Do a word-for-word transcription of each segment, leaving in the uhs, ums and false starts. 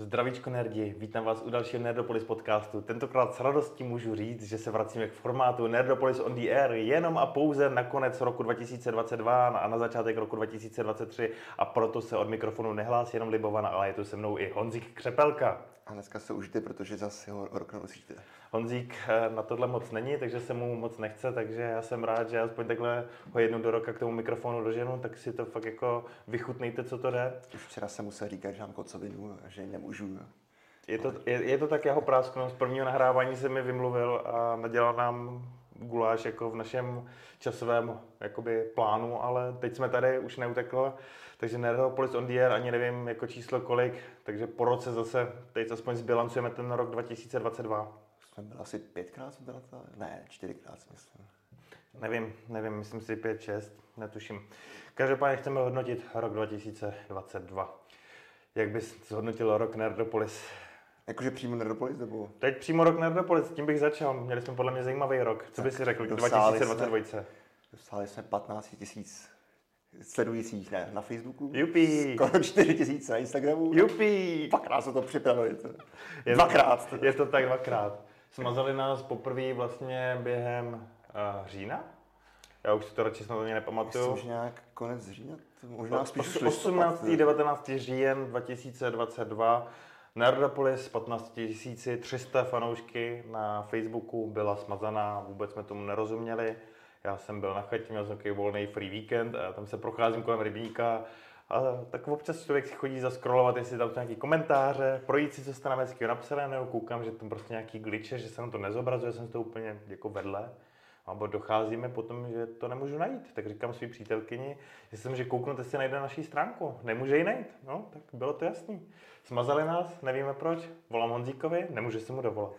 Zdravíčko nerdi, vítám vás u dalšího Nerdopolis podcastu. Tentokrát s radostí můžu říct, že se vracíme k formátu Nerdopolis on the air jenom a pouze na konec roku dva tisíce dvacet dva a na začátek roku dva tisíce dvacet tři a proto se od mikrofonu nehlásí jenom Libovana, ale je tu se mnou i Honzík Křepelka. A dneska se užijte, protože zase ho rok nemusíte. Honzík na tohle moc není, takže se mu moc nechce, takže já jsem rád, že aspoň takhle ho jednou do roka k tomu mikrofonu doženu, tak si to fakt jako vychutnejte, co to jde. Už včera jsem musel říkat, že mám kocovinu a že nemůžu. Je to, je, je to tak, já ho prásknu, z prvního nahrávání se mi vymluvil a nadělal nám guláš jako v našem časovém jakoby, plánu, ale teď jsme tady, už neuteklo, takže Nerdopolis on the air, ani nevím jako číslo kolik, takže po roce zase, teď aspoň zbilancujeme ten rok dva tisíce dvacet dva. Jsme byli asi pětkrát, jsme byla ta... ne, čtyřikrát myslím. Nevím, nevím, myslím si pět, šest, netuším. Každopádně chceme hodnotit rok dva tisíce dvacet dva. Jak bys zhodnotil rok Nerdopolis? Jakože přímo Nerdopolis, nebo? Teď přímo rok Nerdopolis, tím bych začal. Měli jsme podle mě zajímavý rok. Co bys si řekl k dva tisíce dvacet dva? Dosáhli jsme patnáct tisíc sledujících ne, na Facebooku. Jupi. Skoro čtyři tisíce na Instagramu. Jupi. Dvakrát se to připravili. Je dvakrát. To, je to tak dvakrát. Smazali nás poprvé vlastně během uh, října? Já už si to radši snad ani nepamatuju. Myslím, že nějak konec října? Možná spíš osmnáctého devatenáctého říjen dva tisíce dvacet dva. Nerdopolis patnáct tisíc tři sta fanoušky na Facebooku byla smazaná, vůbec jsme tomu nerozuměli. Já jsem byl na chatě, měl jsem takový volný free víkend a tam se procházím kolem rybníka. A tak občas člověk si chodí zaskrolovat, jestli tam jsou nějaký komentáře, projít si, co jste na hezkýho napsali, nebo koukám, že tam prostě nějaký glitche, že se nám to nezobrazuje, jsem to úplně jako vedle. Abo docházíme potom, že to nemůžu najít. Tak říkám svý přítelkyni, že jsem, že kouknout, jestli najde naší stránku. Nemůže ji najít. No, tak bylo to jasný. Smazali nás, nevíme proč. Volám Honzíkovi, nemůže se mu dovolat.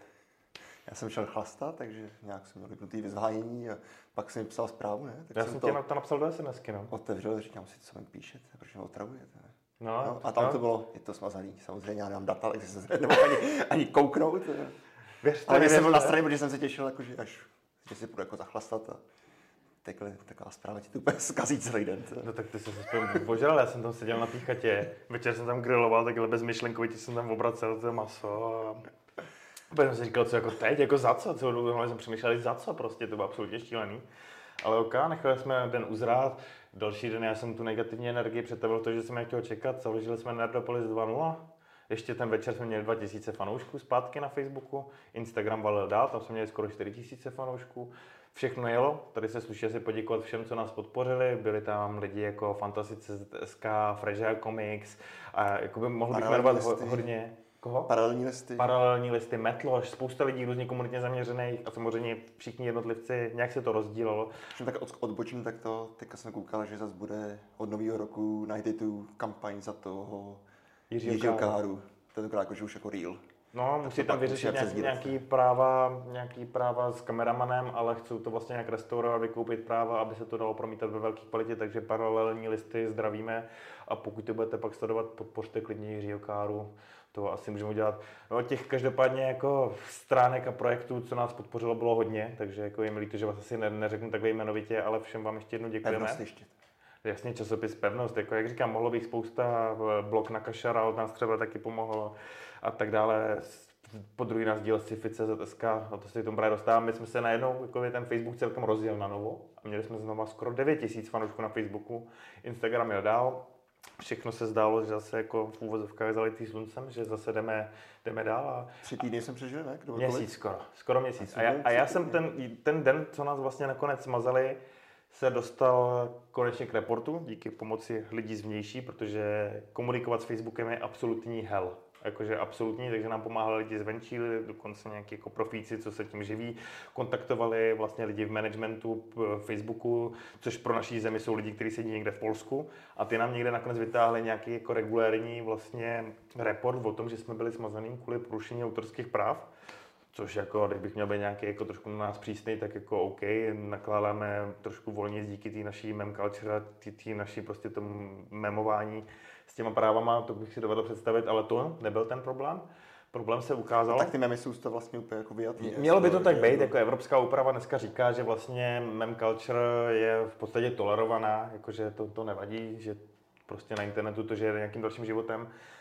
Já jsem šel chlastat, takže nějak jsem měl vypnutý vyzvánění a pak jsem mi psal zprávu, ne? Tak Já jsem jsem to tě na to napsal do SMSky, no. Otevřel, říkám si, co mi píšete, proč mě otravujete, ne? No, no, a tam no. To bylo, je to smazaný, samozřejmě já nemám data, takže jsem se nemohl ani, ani kouknout. Věřte, ale věřte. jsem byl na straně, protože jsem se těšil, jakože až že si půjdu jako zachlastat a takhle, taková zpráva ti to úplně zkazí celý den. To. No tak ty jsi se spolu požral, já jsem tam seděl na té chatě, večer jsem tam griloval, takhle bezmyšlenkovitě jsem tam obracel to maso a pak jsem si říkal, co jako teď, jako za co, celou dobu jsem přemýšlel, za co prostě, to bylo absolutně šílený. Ale ok, nechali jsme den uzrát, další den já jsem tu negativní energii představil to, že jsem nechtěl čekat, založili jsme Nerdopolis dva nula. Ještě ten večer jsme měli dva tisíce fanoušků zpátky na Facebooku, Instagram valil dál, tam jsme měli skoro čtyři tisíce fanoušků. Všechno jelo, tady se sluší asi poděkovat všem, co nás podpořili, byli tam lidi jako Fantasy tečka es ká, Fragile Comics a jakoby mohl bych jmenovat ho, hodně. Koho? Paralelní listy. Paralelní listy, Metloš, spousta lidí různě komunitně zaměřených a samozřejmě všichni jednotlivci, nějak se to rozdílelo. Když tak odbočím, tak to, teďka jsem koukal, že zase bude od nového roku najít tu kampaň za toho Jiřího Káru. Tentokrát jakože už jako real. No, musí tam vyřešit nějaký, nějaký, práva, nějaký práva s kameramanem, ale chcou to vlastně nějak restaurovat, vykoupit práva, aby se to dalo promítat ve velké kvalitě, takže paralelní listy zdravíme a pokud to budete pak sledovat, podpořte klidně Jiřího Káru, to asi můžeme udělat. No, těch každopádně jako stránek a projektů, co nás podpořilo, bylo hodně, takže jako je mi líto, že vás asi ne, neřeknu takhle jmenovitě, ale všem vám ještě jednou děkujeme. Jasně, časopis Pevnost, jako jak říkám, mohlo být spousta, blog na Kašara od nás třeba taky pomohlo a tak dále. Po druhý nás díl sci-fi tečka cé zet es ká, a to se k tomu právě dostávám. My jsme se najednou, jako ten Facebook celkem rozjel na novo a měli jsme znova skoro devět tisíc fanoušků na Facebooku, Instagram jel dál. Všechno se zdálo, že zase jako v úvozovkách zalitý sluncem, že zase jdeme, jdeme dál. A tři týdny jsem přežil, ne? Kdo měsíc skoro, skoro měsíc. A já, a já jsem ten, ten den, co nás vlastně nakonec smazali, se dostal konečně k reportu díky pomoci lidí zvnější, protože komunikovat s Facebookem je absolutní hell. Jakože absolutní, takže nám pomáhali lidi zvenčí, dokonce nějaký jako profíci, co se tím živí, kontaktovali vlastně lidi v managementu Facebooku, což pro naší zemi jsou lidi, kteří sedí někde v Polsku a ty nám někde nakonec vytáhli nějaký jako regulérní vlastně report o tom, že jsme byli smazaným kvůli porušení autorských práv. Což jako, kdybych měl být nějaký jako trošku na nás přísný, tak jako OK, nakládáme trošku volně díky té naší mem culture, té naší prostě tomu memování s těma právama, to bych si dovedl představit, ale to nebyl ten problém. Problém se ukázal. A tak ty memy jsou to vlastně úplně jako vyjatý. Mělo by to tak být, jako evropská úprava dneska říká, že vlastně mem culture je v podstatě tolerovaná, jakože to, to nevadí, že prostě na internetu to žije nějakým dalším životem.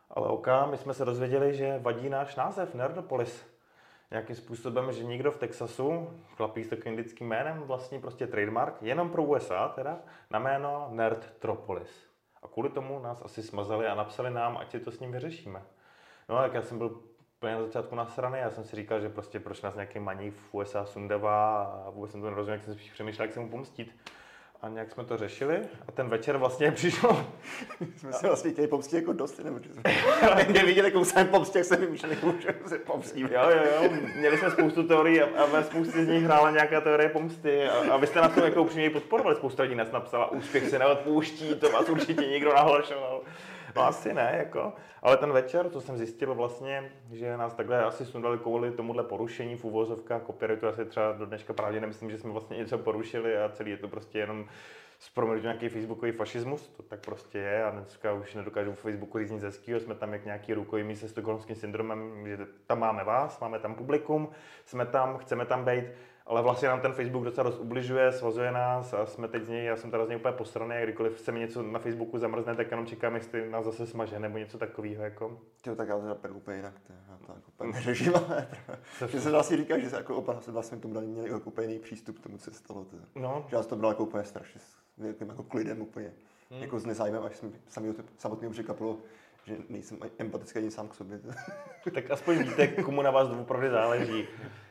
Ale oka, my jsme se dozvěděli, že vadí náš název Nerdopolis. Nějakým způsobem, že někdo v Texasu, chlapík s takovým indickým jménem, vlastní prostě trademark, jenom pro U S A teda, na jméno Nerdtropolis. A kvůli tomu nás asi smazali a napsali nám, ať si to s ním vyřešíme. No tak já jsem byl úplně na začátku nasraný, já jsem si říkal, že prostě proč nás nějaký maník v U S A sundává a vůbec jsem to nerozuměl, jak jsem si přemýšlel, jak se mu pomstít. A nějak jsme to řešili a ten večer vlastně přišel. jsme se vlastně chtěli pomstit jako dost, nebo že jsme mě viděli, jakou jsem pomstí, jak jsem vymýšlel, že se pomstíme. Jo, jo, jo, měli jsme spoustu teorií a, a ve spoustě z nich hrála nějaká teorie pomsty a, a vy jste na tom jako upřímně podporovali, spousta lidí nás napsala, úspěch se neodpouští, to vás určitě nikdo nahlašoval. No asi ne, jako. Ale ten večer, co jsem zjistil vlastně, že nás takhle asi sundali kvůli tomuhle porušení v uvozovkách copyrightu, asi třeba do dneška právě nemyslím, že jsme vlastně něco porušili a celý je to prostě jenom z proměnit nějaký facebookový fašismus, to tak prostě je a dneska už nedokážu v Facebooku říct nic hezkýho, jsme tam jak nějaký rukojmí se stockholmským syndromem, že tam máme vás, máme tam publikum, jsme tam, chceme tam být, ale vlastně nám ten Facebook docela dost ubližuje, svazuje nás a jsme teď z něj, já jsem teda z něj úplně posraný, a kdykoliv se mi něco na Facebooku zamrzne, tak jenom čekám, jestli nás zase smaže nebo něco takového jako. Jo, tak já to teda úplně jinak, to, já to jako úplně neřeším, ale že se vlastně říká, že se jako oba se vlastně k tomu měli jako úplně jiný přístup k tomu, co se stalo. To. No. Že já to bylo jako úplně strašně, jako klidem úplně, hmm. jako s nezájmem, až jsem samotný překvapilo, že nejsem empatický ani sám k sobě. Tak aspoň víte, komu na vás doopravdy záleží.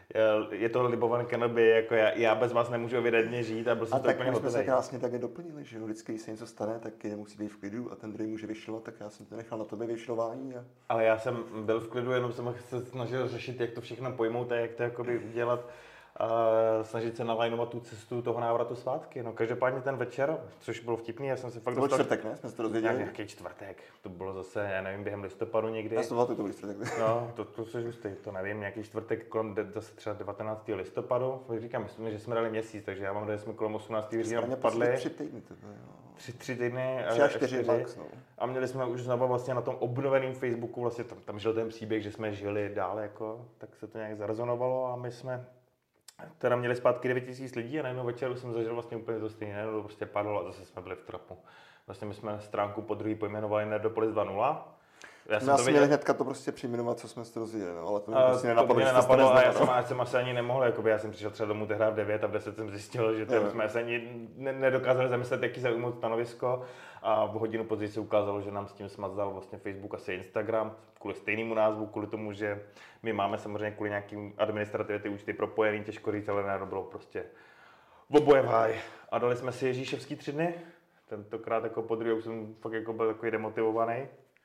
Je to Libovan Kenobi, jako já, já bez vás nemůžu evidentně žít a byl jsem to úplně hotový. A tak jsme se krásně také doplnili, že vždycky, když se něco stane, tak je nemusí být v klidu a ten druhý může vyšilovat, tak já jsem to nechal na tobě vyšilování. A... Ale já jsem byl v klidu, jenom jsem se snažil řešit, jak to všechno pojmout a jak to jakoby udělat. A snažit se nalajnovat tu cestu toho návratu zpátky. No, každopádně ten večer, což bylo vtipný, já jsem se fakt to dostal... čtvrtek, ne? Jsme se to dozvěděli. Nějaký čtvrtek, to bylo zase, já nevím, během listopadu někdy. Já jsem to byl čtvrtek. No, to, to se žustý, to nevím, nějaký čtvrtek kolem de, zase třeba devatenáctého listopadu. Říkám, myslím, že jsme dali měsíc, takže já mám, že jsme kolem osmnáctého října padli. Tři týdny to bylo, jo. Tři, tři týdny. Tři a čtyři max, no. A měli jsme už znovu vlastně na tom obnoveném Facebooku, vlastně tam, tam žil ten příběh, že jsme žili dál, jako, tak se to nějak zarezonovalo a my jsme teda měli zpátky devět tisíc lidí a najednou večeru jsem zažil vlastně úplně to stejné, najednou prostě padlo a zase jsme byli v trapu. Vlastně my jsme stránku po druhý pojmenovali Nerdopolis dva nula. Já jsem to měli hnedka to prostě přejmenovat, co jsme se to rozdělili, no, ale to mě prostě nenapadlo, to mě nenapadlo a já jsem, já jsem asi ani nemohl, jakoby já jsem přišel třeba domů tehdy v devět a v deset jsem zjistil, že tam jsme asi ani ne, nedokázali zamyslet, jaký zaujmout stanovisko a v hodinu později se ukázalo, že nám s tím smazal vlastně Facebook asi Instagram kvůli stejnému názvu, kvůli tomu, že my máme samozřejmě kvůli nějakým administrativě ty účty propojený, těžko říct, ale ne, to bylo prostě oboje v háji. A dali jsme si Ježíševský tři dny, tentokrát jako po druhé jsem fakt jako byl takový demotivovaný.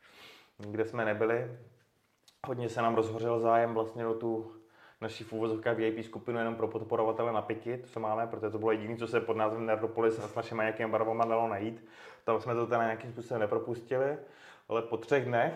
Kde jsme nebyli. Hodně se nám rozhořel zájem vlastně o tu naší v úvozovkách V I P skupinu jenom pro podporovatele na pěti, to co máme, protože to bylo jediné, co se pod názvem Nerdopolis a s našimi nějakými barvama dalo najít. Tam jsme to teda nějakým způsobem nepropustili, ale po třech dnech,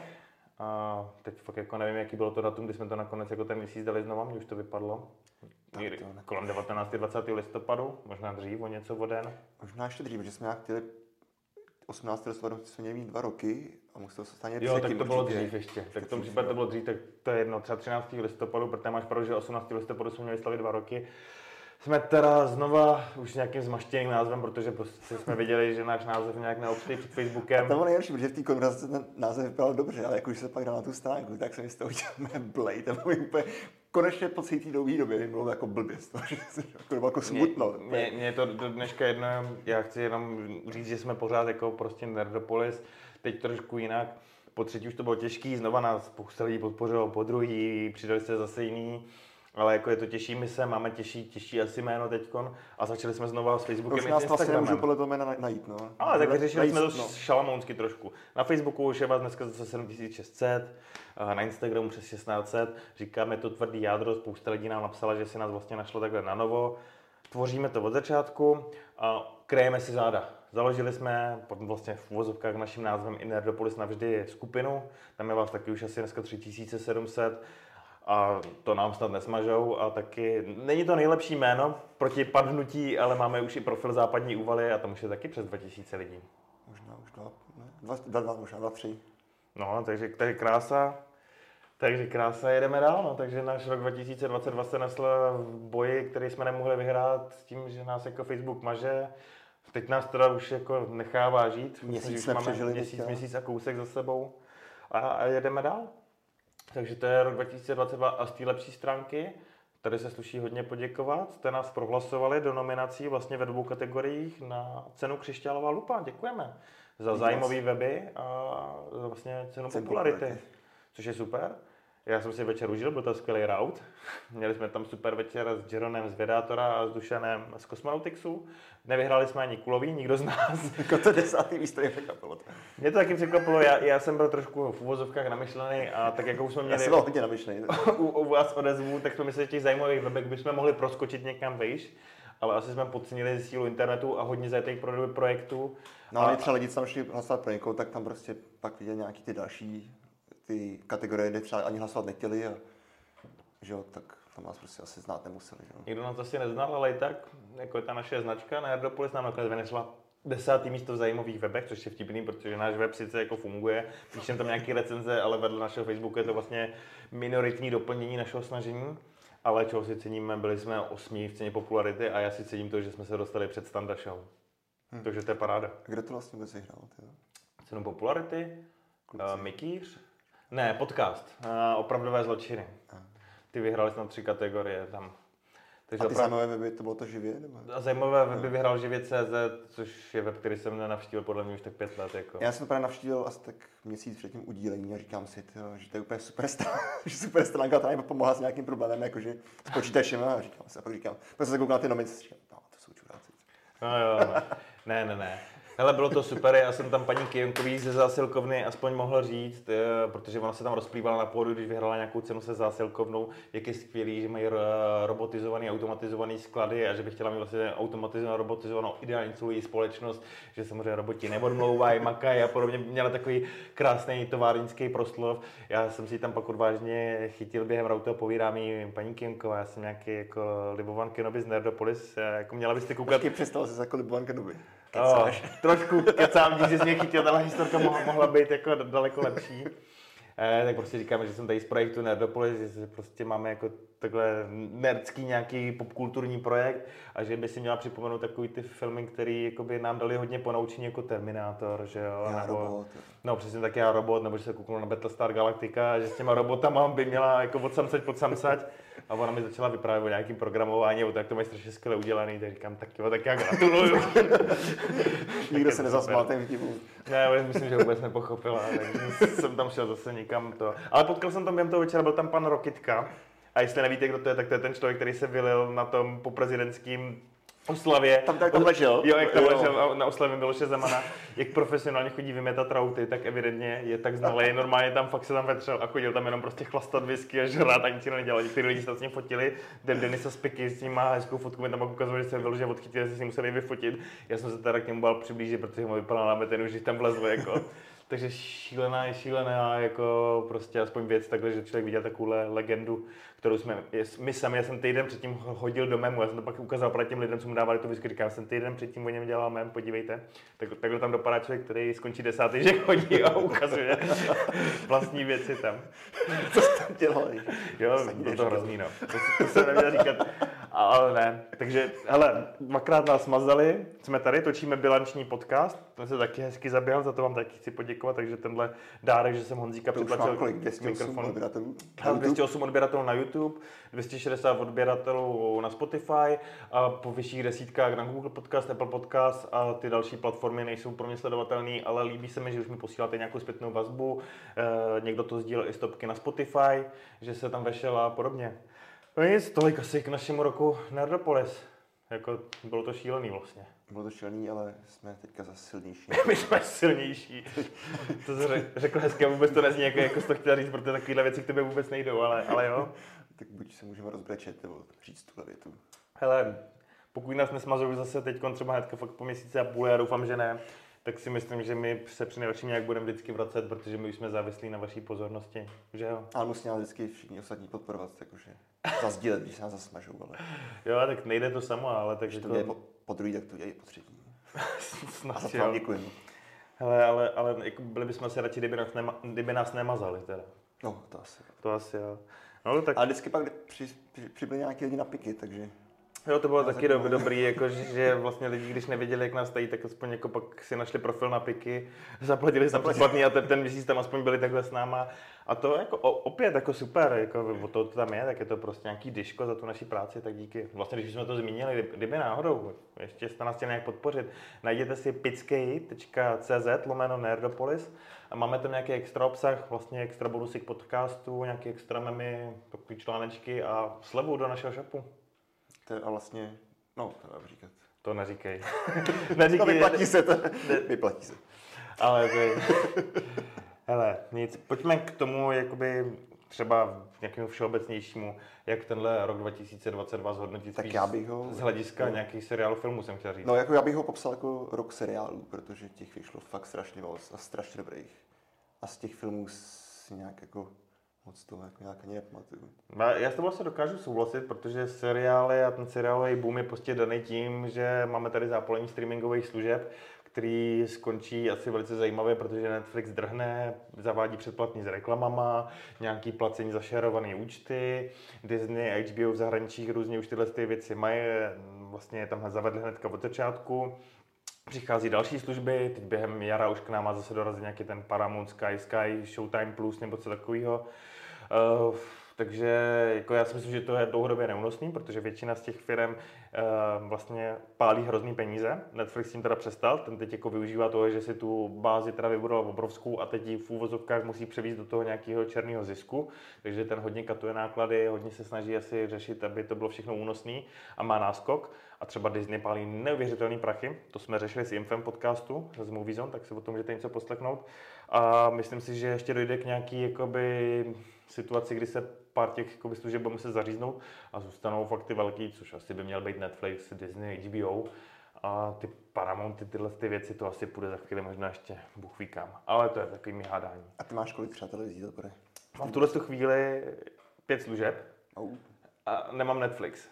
a teď fakt jako nevím, jaký bylo to datum, kdy jsme to nakonec jako ten měsíc dali znova, mě už to vypadlo. Někdy kolem devatenáctého dvacátého listopadu, možná dřív, o něco o den. Možná ještě dřív, že jsme nějak chtěli osmnáctého listopadu jsme měli mít dva roky a muselo se stát Jo, tak to bylo dřív ještě. Tak v tom případě to bylo dřív, tak to je jedno, třeba třináctého listopadu, protože máš pravdu, že osmnáctého listopadu jsme měli slavit dva roky. Jsme teda znova už nějakým zmaštěným názvem, protože prostě jsme viděli, že náš název nějak neobstojí před Facebookem. A to bylo nejlepší, protože v té konverzaci ten název vypadal dobře, ale jak už se pak dal na tu stránku, tak se mi z toho uděláme Blade, to bylo úplně konečně po celé té dlouhé době bylo jako blbě z toho, že se jako, jako smutno. Mně je to do dneška jedno, já chci jenom říct, že jsme pořád jako prostě Nerdopolis, teď trošku jinak. Po třetí už to bylo těžký, znova nás spousta lidí podpořilo, po druhý přidali se zase jiný. Ale jako je to těžší mise, máme těžší, těžší asi jméno teďkon a začali jsme znova s Facebookem. Už nás vlastně nemůžu podle toho jména najít, no. Ale tak řešili jsme to no. šalamounsky trošku. Na Facebooku už je vás dneska zase sedm tisíc šest set, na Instagramu přes šestnáct set, říkáme to tvrdý jádro, spousta lidí nám napsala, že si nás vlastně našlo takhle na novo. Tvoříme to od začátku a krejeme si záda. Založili jsme pod vlastně v uvozovkách naším názvem Nerdopolis navždy skupinu, tam je vás taky už asi dneska tři tisíce sedm set. A to nám snad nesmažou a taky není to nejlepší jméno proti padnutí, ale máme už i profil Západní Úvaly a tam už je taky přes dva tisíce lidí. Možná už dva, ne? Dva, dva, dva možná dva, tři. No, takže, takže krása. Takže krása, jedeme dál, no. Takže náš rok dva tisíce dvacet dva se nesl v boji, který jsme nemohli vyhrát s tím, že nás jako Facebook maže. Teď nás teda už jako nechává žít. Měsíc už jsme máme přežili měsíc, teďka. měsíc a kousek za sebou. A, a jedeme dál. Takže to je rok dva tisíce dvacet dva a z té lepší stránky. Tady se sluší hodně poděkovat. Jste nás prohlasovali do nominací vlastně ve dvou kategoriích na cenu Křišťálová lupa. Děkujeme za zajímavé weby a za vlastně cenu Cen popularity, popularity, což je super. Já jsem si večer užil, byl to skvělý rout. Měli jsme tam super večer s Jeronem z Vědátora a s Dušanem z Cosmonautixu. Nevyhráli jsme ani kulový, nikdo z nás. Jako to desátý místo je překvapilo. Mě to taky překvapilo, já, já jsem byl trošku v uvozovkách namyšlený a tak jako už jsme měli... Já jsem byl hodně namyšlený. u, u vás odezvu, tak jsme mysleli, že těch zajímavých webek bychom mohli proskočit někam vejš, ale asi jsme podcenili sílu internetu a hodně zajetých projektů. No ale třeba lidi, co tam šli hlasovat pro někoho, tak tam prostě pak viděli nějaký ty další ty kategorie, kde třeba ani hlasovat nechtěli a že jo, tak tam nás prostě asi znát nemuseli. Že jo. Nikdo nás asi neznal, ale i tak, jako je ta naše značka, Nerdopolis nám nakonec vynesla desátý místo v zajímavých webech, což je vtipný, protože náš web sice jako funguje, píšeme tam nějaké recenze, ale vedle našeho Facebooku je to vlastně minoritní doplnění našeho snažení. Ale čeho si ceníme, byli jsme osmí v ceně popularity a já si cením to, že jsme se dostali před Standa Show. Hmm. Takže to je paráda. A kde to vlastně vůbec vyhrál? Cenu popularity? Uh, Mikýř? Ne, podcast. Uh, Opravdové zločiny. Hmm. Ty vyhráli snad tři kategorie tam. Takže a ty opravdu... zajímavé weby, to bylo to živě? Nebo? A zajímavé weby no. vyhrál živě tečka cé zet, což je web, který jsem nenavštívil podle mě už tak pět let. Jako. Já jsem to právě navštívil asi tak měsíc před tím udílením a říkám si, tyjo, že to je úplně super stránka, že super stránka, která mi pomohla s nějakým problémem, jakože s počítačem a říkám si, a pak říkám, pak se koukám na ty nominace, říkám, no to jsou čuráci. No jo, no. ne, ne, ne. Hele, bylo to super, já jsem tam paní Kyjonkový ze zásilkovny aspoň mohl říct, protože ona se tam rozplývala na pódu, když vyhrála nějakou cenu se zásilkovnou, jak je skvělý, že mají robotizovaný, automatizovaný sklady a že by chtěla mít vlastně automatizovanou, robotizovanou, ideální celou její společnost, že samozřejmě roboti neodmlouvají, makají a podobně. Měla takový krásný továrnický proslov. Já jsem si tam pak odvážně chytil během routu a povídá mi paní Kyjonková, já jsem nějaký jako Libovan Kenobi z Nerdopolis, jako měla byste koukat. Počkej, představil jsi jako Libovan Kenobi. Oh, trošku kecám, když jsi mě chytil, tahle historka mohla, mohla být jako daleko lepší. Eh, tak prostě říkáme, že jsem tady z projektu Nerdopolis, že prostě máme jako takhle nerdský nějaký popkulturní projekt a že by si měla připomenout takový ty filmy, které nám dali hodně ponaučení jako Terminátor, že jo? Já nebo, robot. No přesně tak Já robot, nebo že se kouknu na Battlestar Galactica a že s těma robotama by měla jako od samsať pod samsať. A ona mi začala vyprávět o nějakým programování, o tak to mají strašně skvěle udělaný, tak říkám, tak jo, tak já gratuluju. Nikdo se nezasmál ten vtipu. Ne, já myslím, že vůbec nepochopila, takže jsem tam šel zase někam to. Ale potkal jsem tam během toho večera, byl tam pan Rokitka. A jestli nevíte, kdo to je, tak to je ten člověk, který se vylil na tom poprezidentským oslavě. Tam tak tam ležel. Jo, jak tam jo. ležel na oslavě Miloše Zemana. Jak profesionálně chodí vymetat rauty, tak evidentně je tak znalý. Normálně tam fakt se tam vetřel a chodil tam jenom prostě chlastat whisky a žrát a nic jiného nedělal. Někteří lidi se s ním fotili. Den Denisa Spiky s ním má hezkou fotku, mi tam pak ukazoval, že se vyložil odchytil, že si museli vyfotit. Já jsem se teda k němu bál přiblížit, protože mu vypadal na metenu, že tam vlezl jako. Takže šílená je šílená, jako prostě aspoň věc takhle, že člověk viděl takovouhle legendu, kterou jsme, my sami, já jsem týden předtím hodil do memu, já jsem to pak ukázal právě těm lidem, co mu dávali to whisky, říkám, já jsem týden předtím o něm dělal mem, podívejte, tak, takhle tam dopadá člověk, který skončí desátý, že chodí a ukazuje vlastní věci tam. Co jsi tam dělal? Jo, bylo to hrozný, no. To, to se neměl říkat, ale ne. Takže, hele, dvakrát nás mazali, jsme tady, točíme bilanční podcast, ten se taky hezky zaběhal, za to vám taky chci poděkovat, takže tenhle dárek, že jsem Honzíka připlatil dvě stě osm odběratelů dvě stě osm odběratelů na YouTube, dvě stě šedesát odběratelů na Spotify a po vyšších desítkách na Google Podcast, Apple Podcast a ty další platformy nejsou pro mě sledovatelné, ale líbí se mi, že už mi posíláte nějakou zpětnou vazbu, e, někdo to sdílel i stopky na Spotify, že se tam vešel a podobně. No nic, tolik asi k našemu roku Nerdopolis. Jako, bylo to šílený vlastně. Bylo to šílený, ale jsme teďka zase silnější. My jsme silnější. To se řekl hezky, vůbec to nezní jako, jako jsi to chtěl říct, protože takovéhle věci k tebe vůbec nejdou, ale, ale jo. Tak buď se můžeme rozbrečet, nebo říct tuhle větu. Hele, pokud nás nesmazují zase teď třeba hnedka fakt po měsíci a půl, já doufám, že ne, tak si myslím, že my se při nejlepším nějak budeme vždycky vracet, protože my už jsme závislí na vaší pozornosti, že jo? Ale musí nás vždycky všichni ostatní podporovat, takže zazdílet, když se nás zasmažou, ale... Jo, tak nejde to samo, ale takže to... Když to děje po, po druhý, tak to děje po třetí. Snad, a za to vám děkujeme. Hele, ale, ale jako byli bychom si radši, kdyby nás, nema, kdyby nás nemazali teda. No, to asi. To asi jo. No, tak... Ale vždycky pak při, při, přibyli nějaký lidi na piky, takže... Jo, to bylo taky do, dobrý, jako, že vlastně lidi, když nevěděli, jak nás tají, tak aspoň jako pak si našli profil na Piky, zaplatili za předplatný a ten, ten měsíc tam aspoň byli takhle s náma. A to jako opět jako super, jako o to, to tam je, tak je to prostě nějaký diško za tu naši práci, tak díky. Vlastně, když jsme to zmínili, kdyby náhodou, ještě jste nás chtěli nějak podpořit, najděte si pickej tečka cé zet lomeno Nerdopolis a máme tam nějaký extra obsah, vlastně extra bonusy k podcastu, nějaké extra memy, takový článečky a slevu do našeho shopu. To je a vlastně, no, to nevím říkat. To neříkej. neříkej. To vyplatí se, to vyplatí se. Ale to je... Hele, nic, pojďme k tomu, jakoby třeba nějakému všeobecnějšímu, jak tenhle rok dva tisíce dvacet dva zhodnotit tak já bych ho, z hlediska no. nějakých seriálů, filmů jsem chtěl říct. No, jako já bych ho popsal jako rok seriálů, protože těch vyšlo fakt strašně moc a strašně dobrých. A z těch filmů si nějak jako moc toho jako nějak ani nepamatuju. Já s tebou se dokážu souhlasit, protože seriály a ten seriálový boom je prostě daný tím, že máme tady zápolení streamingových služeb, který skončí asi velice zajímavě, protože Netflix drhne, zavádí předplatný s reklamama, nějaký placení za šerované účty, Disney a H B O v zahraničích různě už tyhle ty věci mají, vlastně tam zavedli hnedka od začátku. Přichází další služby, teď během jara už k nám má zase dorazit nějaký ten Paramount, Sky, Sky, Showtime Plus nebo co takového. Uh, takže jako já si myslím, že to je dlouhodobě neúnosný, protože většina z těch firm uh, vlastně pálí hrozný peníze. Netflix tím teda přestal, ten teď jako využívá toho, že si tu bázi teda vybudoval obrovskou a teď ji v úvozovkách musí převízt do toho nějakého černého zisku, takže ten hodně katuje náklady, hodně se snaží asi řešit, aby to bylo všechno únosný a má náskok. A třeba Disney pálí neuvěřitelný prachy, to jsme řešili s Infem podcastu z Movie Zone, tak se o tom můžete něco poslechnout. A myslím si, že ještě dojde k nějaký jakoby situaci, kdy se pár těch jakoby, služeb bude muset zaříznout a zůstanou fakt ty velký, což asi by měl být Netflix, Disney, H B O a ty Paramounty, tyhle ty věci, to asi půjde za chvíli možná ještě Bůh ví kam. Ale to je takový mi hádání. A ty máš kolik třeba televizí to bude? Mám v tuhle chvíli pět služeb oh. a nemám Netflix.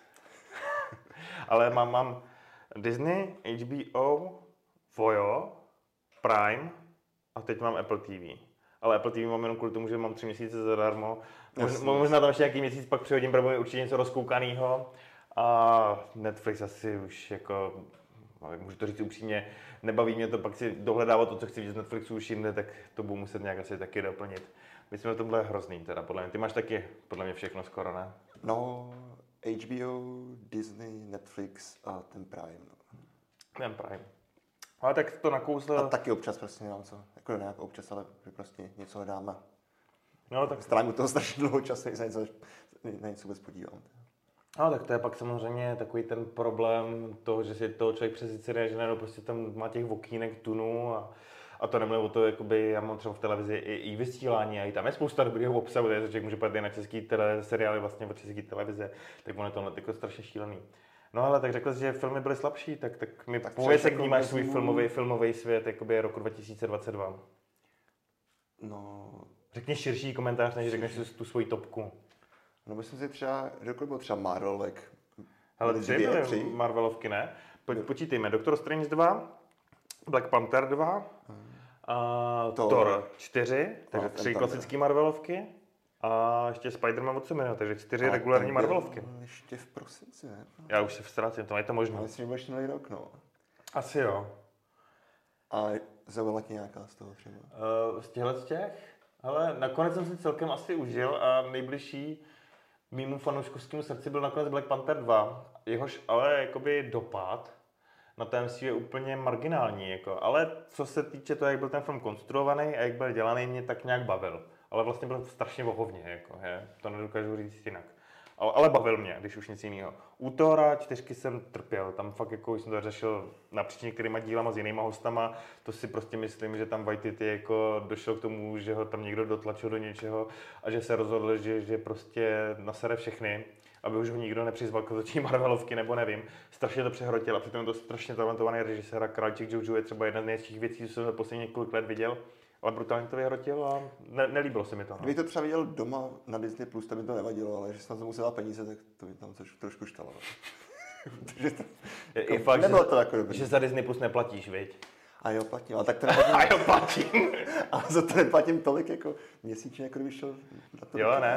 Ale mám, mám Disney, H B O, Vojo, Prime a teď mám Apple T V. Ale Apple T V mám jenom kvůli tomu, že mám tři měsíce zadarmo. Mož, možná tam ještě nějaký měsíc pak přihodím, protože bude určitě něco rozkoukanýho. A Netflix asi už jako, můžu to říct upřímně, nebaví mě to, pak si dohledávat to, co chci vidět z Netflixu už jinde, tak to budu muset nějak asi taky doplnit. Myslím, že tohle je hrozný, teda podle mě. Ty máš taky podle mě všechno skoro, ne? No, H B O, Disney, Netflix a ten Prime. No. Ten Prime. Ale tak to nakousl... A taky občas prostě nemám co. Jako ne jako občas, ale prostě něco hledáme. No, tak... Strávím toho strašně dlouho času, než se něco, na něco vůbec podívám. No, tak to je pak samozřejmě takový ten problém toho, že si toho člověk přesicuje, že najednou prostě tam má těch okýnek tunu a, a to nemluvím o to, jakoby já mám třeba v televizi i, i vysílání a i tam je spousta dobrýho obsahu, takže člověk může podívat na český tele, seriály vlastně od české televize, tak ono je tohle jako strašně šílený. No ale tak řekl jsi, že filmy byly slabší, tak, tak mi pověz, jak vnímáš svůj filmový, filmový svět jakoby roku dva tisíce dvacet dva. No... Řekni širší komentář, než řekneš tu svoji topku. No myslím si třeba, řekl byl třeba Marvelovek. Ale tři byly tři Marvelovky, ne? Po, počítejme, Doctor Strange dva, Black Panther dva, hmm. a Thor, Thor čtyři, takže tři klasické Marvelovky. A ještě Spider-Man od Sony, takže čtyři regulární Marvelovky. Ještě v prosinci, ne? Já už se vstrácím, to je to možné. Ale myslím, že budeš minulý rok, no. Asi jo. A zaujala tě nějaká z toho třeba? Uh, z těchto z těch? Ale nakonec jsem si celkem asi užil a nejbližší mýmu fanouškovskému srdci byl nakonec Black Panther dva. Jehož ale jakoby dopad na té M C U je úplně marginální. Jako. Ale co se týče toho, jak byl ten film konstruovaný a jak byl dělaný, mě tak nějak bavil. Ale vlastně byl strašně vohovně, jako, je. To nedokážu říct jinak. Ale, ale bavil mě, když už nic jiného. U Thora čtyřky jsem trpěl, tam fakt jako už jsem to řešil napříč některýma dílama s jinýma hostama, to si prostě myslím, že tam Waititi jako došel k tomu, že ho tam někdo dotlačil do něčeho a že se rozhodl, že, že prostě nasere všechny, aby už ho nikdo nepřizval k točení Marvelovky, nebo nevím. Strašně to přehrotil a přitom je to strašně talentovaný režisér. Králíček Jojo je třeba jedna z nejlepších věcí, co jsem za poslední několik let viděl. Ale brutálně to vyhrotil a ne, nelíbilo se mi to. No. Kdybych to třeba viděl doma na Disney Plus, tak mi to nevadilo, ale že jsem to musel dát peníze, tak to mi tam troš, trošku štalo. Protože to, je, je fakt, nebylo že, to jako dobrý. Že za Disney Plus neplatíš, viď? A jo, platím, ale tak to neplatím. A jo, platím. Ale za to neplatím tolik jako měsíčně, jako kdybych šel na to. Jo, ne.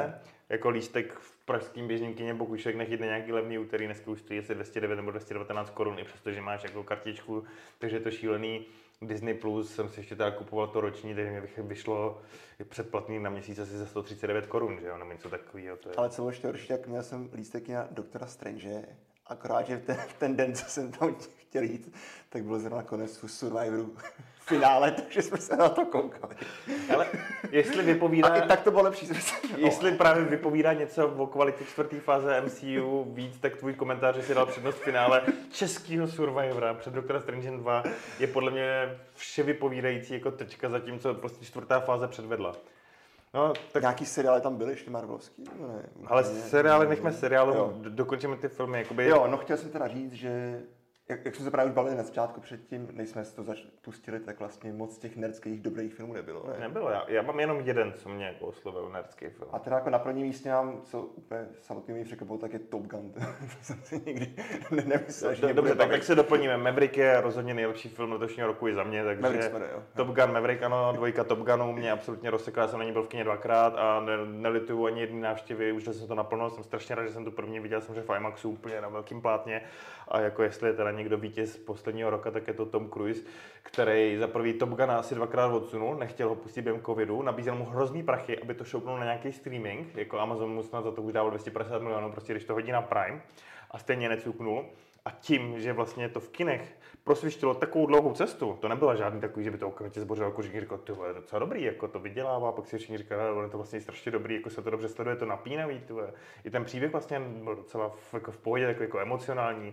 jako lístek v pražském běžném kině, pokud člověk nechytne nějaký levný úterý, dneska už stojí asi dvě stě devět nebo dvě stě devatenáct korun, i přestože máš jako kartičku, takže je to šílený. Disney Plus jsem si ještě teda kupoval to roční, takže mi vyšlo předplatný na měsíc asi za sto třicet devět korun, že jo, nebo něco takového. To je... Ale co bylo ještě horší, tak měl jsem lístek na Doktora Strange, akorát, že v ten, v ten den, co jsem tam chtěl jít, tak bylo zrovna konec Survivoru finále, takže jsme se na to koukali. Ale jestli vypovídá... A i tak to bylo lepší. Jestli právě vypovídá něco o kvalitě čtvrté fáze M C U víc, tak tvůj komentář, že si dal přednost v finále českého Survivora před Doktora Strange dva, je podle mě vše vypovídající jako tečka, zatímco prostě čtvrtá fáze předvedla. No, tak... Nějaký seriály tam byly ještě marvelovský? Ne, ale seriály, nechme seriálu, dokončíme ty filmy. Jakoby... Jo, no chtěl jsem teda říct, že jak, jak jsme se právě už bavili na začátku předtím, než jsme si to zač- pustili, tak vlastně moc těch nerdských dobrých filmů nebylo. Ne? Nebylo, já, já mám jenom jeden, co mě jako oslovil, nerdský film. A teda jako na prvním místě mám, co úplně samotný mě překvapilo, tak je Top Gun. To jsem si nikdy ne- nemyslel, že Dobře, tak, tak se doplníme. Maverick je rozhodně nejlepší film letošního roku i za mě, takže Maverick jsme, jo. Top Gun, Maverick, ano, dvojka Top Gunu mě absolutně rozsekla, jsem na ní byl v kině dvakrát a ne, nelituju ani jedné návštěvy, užil jsem to naplno, jsem strašně rád, že jsem tu první viděl, jsem že v IMAXu úplně na velkým plátně a jako jestli je teda někdo vítěz posledního roka, tak je to Tom Cruise, který za prvý Top Gun asi dvakrát odsunul, nechtěl ho pustit během covidu, nabízel mu hrozný prachy, aby to šoupnul na nějaký streaming, jako Amazon mu snad za to už dával dvě stě padesát milionů, prostě když to hodí na Prime a stejně necuknul. A tím, že vlastně to v kinech prosvištilo takovou dlouhou cestu, to nebyla žádný takový, že by to okamžitě zbořilo, jako všichni říkal, ty vole, to docela dobrý, jako to vydělává, pak si všichni říkali, ale to vlastně strašně dobrý, jako se to dobře sleduje, to napínavý, ty vole. I ten příběh vlastně byl docela v, jako v pohodě, jako, jako emocionální.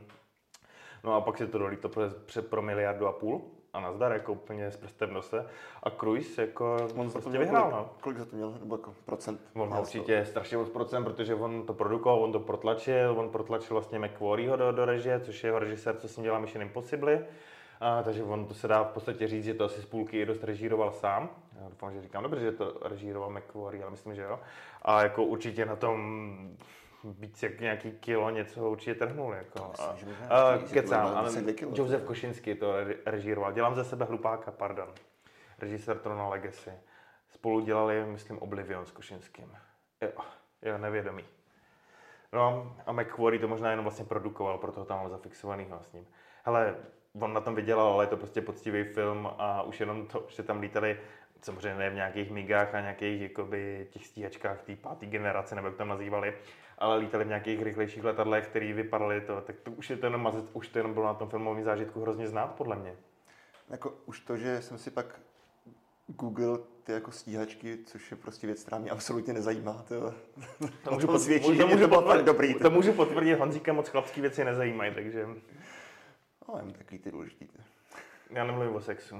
No a pak se to dolítlo pro, pro miliardu a půl a nazdar, jako úplně s prstem v nose. A Cruise jako on prostě vyhrál, kolik, no. Kolik za to měl, nebo jako procent? On má určitě strašně moc procent, protože on to produkoval, on to protlačil, on protlačil vlastně McQuarrieho do, do režie, což je jeho režisér, co s ním dělá Mission Impossible. A, takže on to se dá v podstatě říct, že to asi z půlky i dost režíroval sám. Já doufám, že říkám dobře, že to režíroval McQuarrie, ale myslím, že jo. A jako určitě na tom víc jak nějaký kilo něco určitě trhnul. Jako. Myslím, a, a kecám, ale Josef Košinský to režíroval. Dělám ze sebe hlupáka, pardon. Režisér Trona Legacy. Spolu dělali, myslím, Oblivion s Košinským. Jo, jo, nevědomý. No a McQuarrie to možná jenom vlastně produkoval, proto ho tam mám zafixovanýho s ním. Hele, on na tom vydělal, ale je to prostě poctivý film a už jenom to, že tam lítali, samozřejmě ne v nějakých migách a nějakých jakoby, těch stíhačkách té páté generace, nebo jak tam nazývali, ale lítali v nějakých rychlejších letadlech, které vypadaly to, tak to už je to jenom mazec, už to jenom bylo na tom filmovém zážitku hrozně znát, podle mě. Jako už to, že jsem si pak Google ty jako stíhačky, což je prostě věc, která mě absolutně nezajímá. To, to můžu potvrdit, to, můžu potvrdit, dobrý, to. to můžu potvrdit, Honzíka moc chlapský věci nezajímají, takže... No, jen takový ty důležitý. Já nemluvím o sexu.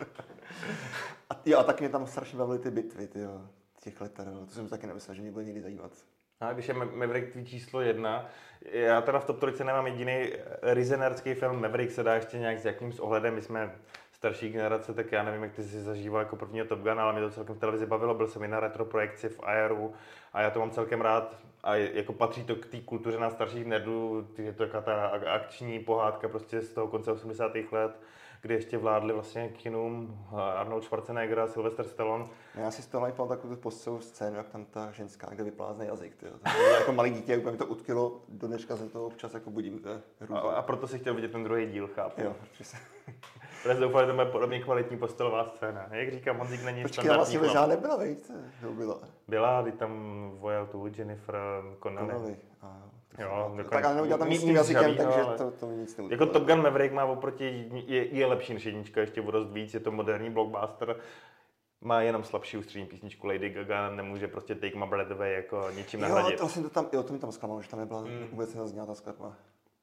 a, jo, a tak mě tam strašně bavily ty bitvy, tyjo, těch letadel, to jsem taky nemyslel, že mě bude někdy zajímat. A když je Maverick tvý číslo jedna, já teda v top trojce nemám jediný ryzenerský film, Maverick se dá ještě nějak s jakým s ohledem, my jsme starší generace, tak já nevím, jak ty jsi zažíval jako prvního Top Gun, ale mě to celkem v televizi bavilo, byl jsem i na retro projekci v Aeru a já to mám celkem rád a jako patří to k té kultuře na starších nerdů, je to taková ta akční pohádka prostě z toho konce osmdesátých let, kdy ještě vládli vlastně kinům Arnold Schwarzenegger a Sylvester Stallone. Já si z toho najpal takovou postcovou scénu, jak tam ta ženská, kde vyplázne jazyk. Tyjo. Jako malý dítě, úplně mi to utkilo, do dneška se to občas jako budím. A, a proto si chtěl vidět ten druhý díl, chápu. Jo, se... Protože doufám, že to bude podobně kvalitní postelová scéna. Jak říkám, Honzík není Počkej, standardní vlastně žádná nebyla, vejte? Byla. Byla, kdy tam vojel tu Jennifer Connelly. Connelly. Jo, tak ale neudělal tam nic s tím jazykem, takže to, to mi nic neudělá. Jako Top Gun Maverick má oproti, je, je lepší než jednička, ještě o dost víc, je to moderní blockbuster. Má jenom slabší ústřední písničku, Lady Gaga nemůže prostě Take My Breath Away jako ničím nahradit. Jo, to, vlastně to, tam, jo, to mi tam zklamalo, že tam nebyla mm. vůbec nezazněla ta skladba.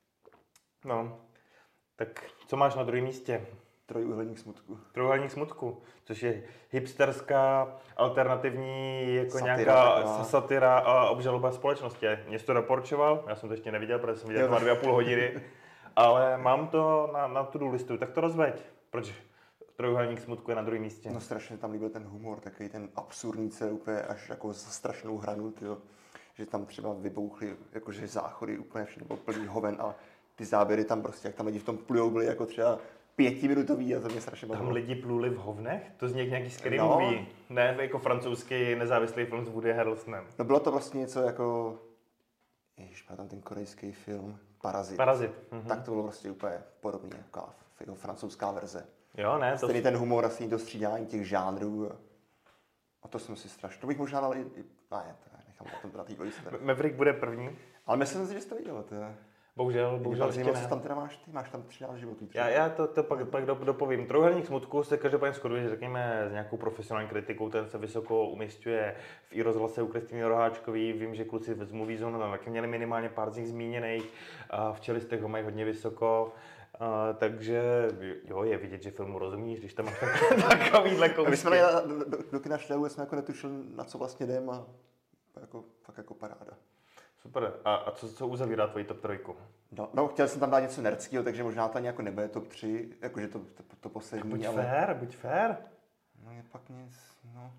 No, tak co máš na druhém místě? Trojúhelník smutku. Trojúhelník smutku, což je hipsterská, alternativní, jako satyra, nějaká taková. satyra a obžaloba společnosti. Mě to doporučoval, já jsem to ještě neviděl, protože jsem viděl dva dvě a půl hodiny, ale mám to na, na tu listu, tak to rozveď. Proč Trojúhelník smutku je na druhém místě? No strašně tam líbil ten humor, takový ten absurdní celý úplně až jako za strašnou hranu, tyjo. Že tam třeba vybouchly jakože záchody úplně všechno bylo plný hoven a ty záběry tam prostě, jak tam lidi v tom plujou, byly jako třeba pětiminutový a to mě strašně bavilo. Tam lidi pluli v hovnech? To zní jak nějaký scary no. movie. Ne, jako francouzský nezávislý film s Woody Harrelsonem. No bylo to vlastně něco jako, ježiš, má tam ten korejský film Parazit. Parazit. Mhm. Tak to bylo prostě úplně podobně, jako, jako francouzská verze. Jo, ne? To... Stejný ten humor, asi to střídání těch žánrů. A to jsem si strašně, to bych možná dal i, i ne, to ne, nechám o tom na té dvojice. Maverick bude první. Ale myslím si, že jsi to viděl, to je... Bohužel, bohužel ještě ne. Tam teda máš, ty máš tam třináct životů. Já, já to, to pak, pak dopovím. Trojúhelník smutku se každopádně shoduje, že řekněme s nějakou profesionální kritikou, ten se vysoko umísťuje v i rozhlase u Kristýny Roháčkový. Vím, že kluci z Movie Zone tam taky měli minimálně pár z nich zmíněných. A v Čelistech ho mají hodně vysoko. Uh, takže jo, je vidět, že filmu rozumíš, když tam máš takovýhle kousky. My jsme na, do, do, do kina šli a jsme jako netušili, na co vlastně jdeme a jako, fakt jako paráda. Super. A, a co, co uzavírá tvoji top trojku? No, no, chtěl jsem tam dát něco nerdského, takže možná to jako nebude top tři, jakože to, to, to poslední. Buď ale... fair, buď fair. No je pak nic, no...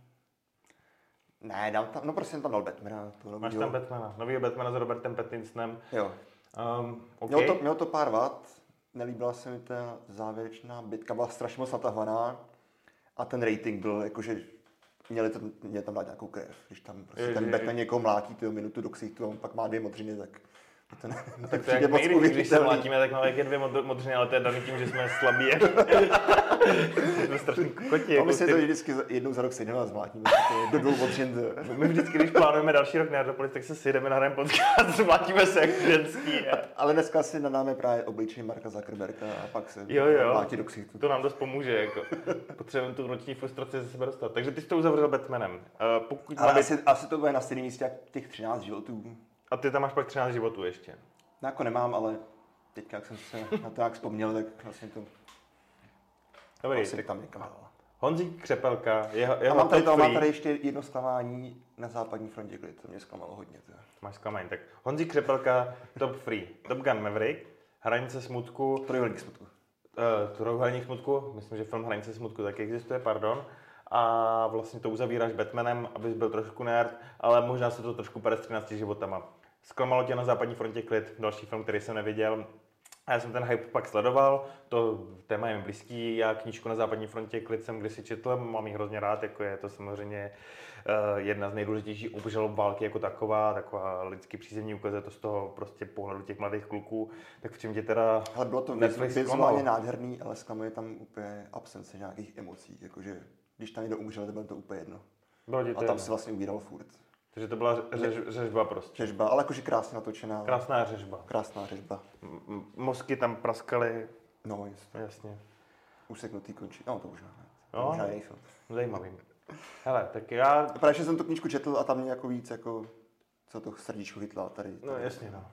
Ne, dám tam, no prostě tam dal Batmana. To Máš tam Batmana, novýho Batmana s Robertem Pattinsonem. Jo. Um, okay. mělo, to, mělo to pár vad, nelíbila se mi ta závěrečná bitka, byla strašně moc natahovaná a ten rating byl jakože měli tam, měli tam dát nějakou krev, když tam prostě je, ten je, Batman někoho mlátí tu minutu do ksichtu a on pak má dvě modřiny, tak to ne, no, tak to je jak nejvíc, když se mlátíme, tak máme jaké dvě modřiny, ale to je daný tím, že jsme slabí. Jsme strašný kokoti. Jako my si to vždycky jednou za rok sejdeme a zmlátíme do dvou modřin. My vždycky, když plánujeme další rok Nerdopolis, tak se sejdeme na hrajeme podcast, zmlátíme se jak ženský. Ale dneska si nadáme právě obličej Marka Zuckerberga a pak se jo, jo. mlátí do ksichtu. To nám dost pomůže, jako. Potřebujeme tu noční frustraci ze sebe dostat. Takže ty jsi to uzavřel Batmanem. Uh, pokud ale být... asi, asi to bude na stejném místě jak těch třináct životů. A ty tam máš pak třináct životů ještě. No jako nemám, ale teďka, jak jsem se na to jak vzpomněl, tak vlastně to... Dobrý, asi tak tam někam dal. Honzík Křepelka, jeho, jeho a mám tady, to, mám tady ještě jedno zklamání na západní frontě, kdy to mě zklamalo hodně. To. Máš zklamání, tak Honzík Křepelka, top free, Top Gun Maverick, Hranice smutku. Trojúhelník smutku. Uh, Trojúhelník smutku, myslím, že film Hranice smutku taky existuje, pardon. A vlastně to uzavíráš Batmanem, abys byl trošku nerd, ale možná se to trošku pere s třinácti životama. Zklamalo tě na západní frontě klid, další film, který jsem neviděl. A já jsem ten hype pak sledoval, to téma je mi blízký, já knížku na západní frontě klid jsem kdysi četl, mám ji hrozně rád, jako je to samozřejmě uh, jedna z nejdůležitějších obžalob války jako taková, taková lidský přízemní ukazuje to z toho prostě pohledu těch mladých kluků, tak v čem tě teda ale bylo to vizuálně nádherný, ale zklamuje tam úplně absence nějakých emocí, jakože když tam někdo umřel, to bylo to úplně jedno. Bylo ti a to tam jedno. si vlastně ubíral furt. Takže to byla řež, řežba prostě. Řežba, ale jakože krásně natočená. Krásná řežba. Krásná řežba. M- mozky tam praskaly. No, jasně. Jasně. Useknutý končí. No, to už ne. No, možná jiný film. Zajímavý. Hele, tak já... Právě, že jsem tu knížku četl a tam mě jako víc jako, co to srdíčko chytla tady. tady. No, jasně, no.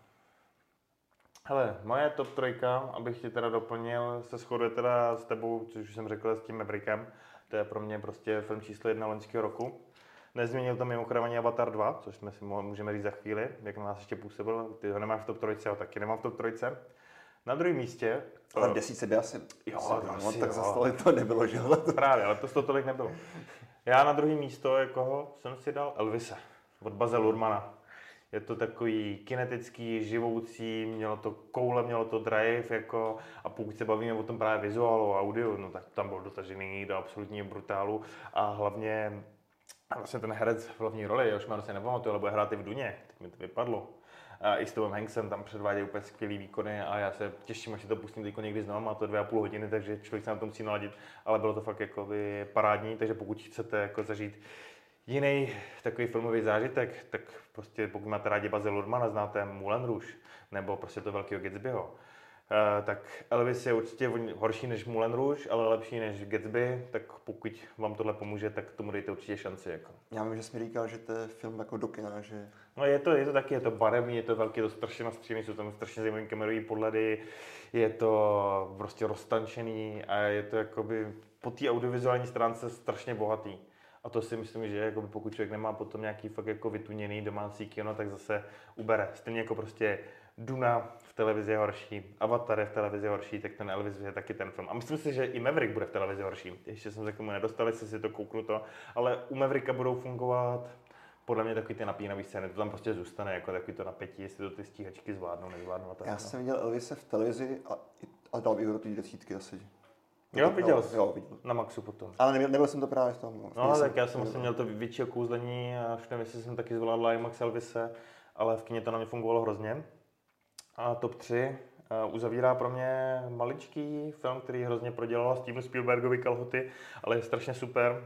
Hele, moje top trojka, abych ti teda doplnil, se shoduje teda s tebou, což už jsem řekl, s tím Maverickem. To je pro mě prostě film číslo jedna loňského roku. Nezměnil to mimochodem Avatar dva, což jsme si můžeme říct za chvíli, jak na nás ještě působil. Ty ho nemáš v top trojce, ho taky nemám v top trojce. Na druhém místě... Ale v desítce by asi... Jo, asi, asi, no, tak jo. za stole to nebylo, že? Právě, ale to, to tolik nebylo. Já na druhé místo, jako jsem si dal Elvise od Baze Lurmana. Je to takový kinetický, živoucí, mělo to koule, mělo to drive, jako, a pokud se bavíme o tom právě vizuálu a audio, no tak tam byl dotažený do absolutního brutálu a hlavně vlastně ten herec v hlavní roli, já už mám se nepamatuju, ale bude hrát i v Duně, teď mi to vypadlo. A i s Tomem Hanksem tam předvádějí úplně skvělý výkony a já se těším, až si to pustím teď někdy znovu, má to dvě a půl hodiny, takže člověk se na to musí naladit, ale bylo to fakt jakoby parádní, takže pokud chcete jako zažít jiný takový filmový zážitek, tak prostě pokud máte rádi Baze Lurmana, znáte Moulin Rouge, nebo prostě to velkého Gatsbyho, Uh, tak Elvis je určitě horší než Moulin Rouge, ale lepší než Gatsby, tak pokud vám tohle pomůže, tak tomu dejte určitě šanci. Jako. Já vím, že jsi mi říkal, že to je film jako do kina, že... No je to, je to taky, je to barevný, je to velký, je to strašně nastřílený, jsou tam strašně zajímavé kamerové pohledy, je to prostě roztančený a je to jakoby po té audiovizuální stránce strašně bohatý. A to si myslím, že jakoby pokud člověk nemá potom nějaký fakt jako vytuněný domácí kino, tak zase ubere. Stejně jako prostě Duna v televizi je horší, Avatar je v televizi horší, tak ten Elvis je taky ten film. A myslím si, že i Maverick bude v televizi horší. Ještě jsem se k tomu nedostal, jestli si to kouknu to, ale u Mavericka budou fungovat podle mě takový ty napínavý scény, to tam prostě zůstane jako takový to napětí, jestli to ty stíhačky zvládnou, nezvládnou. Já jsem viděl Elvise v televizi a, a dal bych ho do té desítky asi. Jo, viděl jsi. Jo, viděl. Na Maxu potom. Ale nebyl, nebyl jsem to právě v tom. No, ale tak já jsem vlastně měl to větší okouzlení a už nevím, jestli jsem taky zvládl IMAX Elvise, ale v kině to na mě fungovalo hrozně. A top tři uh, uzavírá pro mě maličký film, který hrozně prodělal Stevenu Spielbergovi kalhoty, ale je strašně super.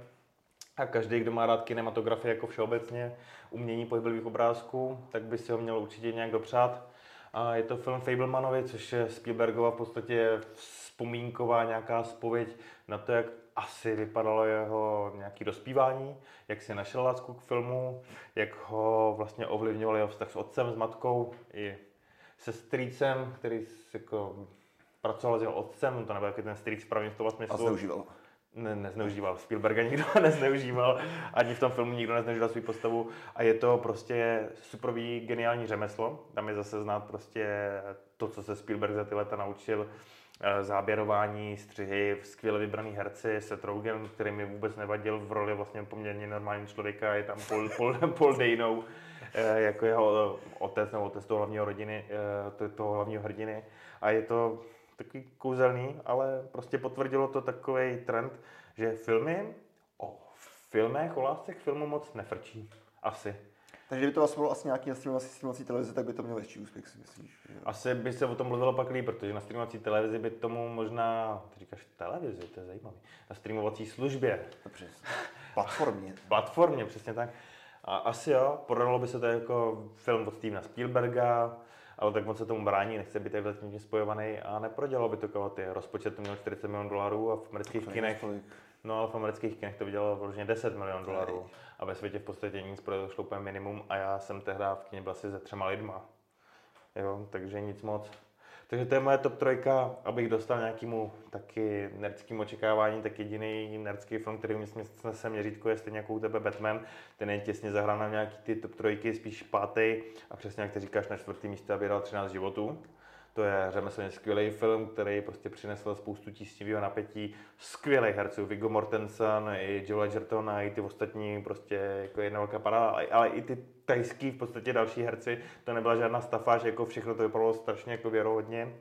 A každý, kdo má rád kinematografii jako všeobecně, umění pohybových obrázků, tak by si ho měl určitě nějak dopřát. A je to film Fablemanovi, což je Spielbergova v podstatě vzpomínková nějaká zpověď na to, jak asi vypadalo jeho nějaké dospívání, jak si našel lásku k filmu, jak ho vlastně ovlivňoval jeho vztah s otcem, s matkou i se strýcem, který jako pracoval s jeho otcem, to nebyl jaký ten strýc v pravém slova smyslu. A zneužíval. Ne, nezneužíval. Spielberga nikdo nezneužíval, ani v tom filmu nikdo nezneužíval svou postavu a je to prostě superový geniální řemeslo. Tam je zase znát prostě to, co se Spielberg za ty leta naučil. Záběrování, střihy, skvěle vybraný herci, Seth Rogen, který mi vůbec nevadil v roli vlastně poměrně normálního člověka, je tam Paul, Paul, Paul Dano, jako jeho otec nebo otec toho hlavního rodiny, toho hlavního hrdiny a je to takový kouzelný, ale prostě potvrdilo to takový trend, že filmy o filmech, o lásce k filmu moc nefrčí. Asi. Takže kdyby to vlastně bylo asi nějaký na streamovací, streamovací televizi, tak by to mělo větší úspěch, si myslíš? Že? Asi by se o tom mluvilo pak líp, protože na streamovací televizi by tomu možná, ty říkáš televizi, to je zajímavý, na streamovací službě. Dobře, platformě. Platformě, přesně tak. A asi jo, prodalo by se to jako film od Stevena Spielberga, ale tak moc se tomu brání, nechce být takhle tím spojovaný a neprodělalo by to kavaty. Rozpočet to měl čtyřicet milionů dolarů a v amerických kinech, no ale v amerických kinech to vydělalo vloženě deset milionů dolarů a ve světě v podstatě nic, protože to šlo úplně minimum a já jsem tehdy v kině byl asi se třema lidma. Jo, takže nic moc. Takže to je moje top trojka, abych dostal nějakému taky nerdským očekávání, tak jediný nerdský film, který mi se měřítko, je stejně jako u tebe Batman. Ten je těsně zahrán na nějaký ty top trojky, spíš pátý a přesně jak ty říkáš, na čtvrtý místě, aby dal třináct životů. To je řemeslně skvělý film, který prostě přinesl spoustu tísnivého napětí, skvělých herců, Viggo Mortensen, i Joel Edgerton a i ty ostatní, prostě jako jedna velká paráda, ale, ale i ty tajský v podstatě další herci, to nebyla žádná stafáž, jako všechno to vypadalo strašně jako věrohodně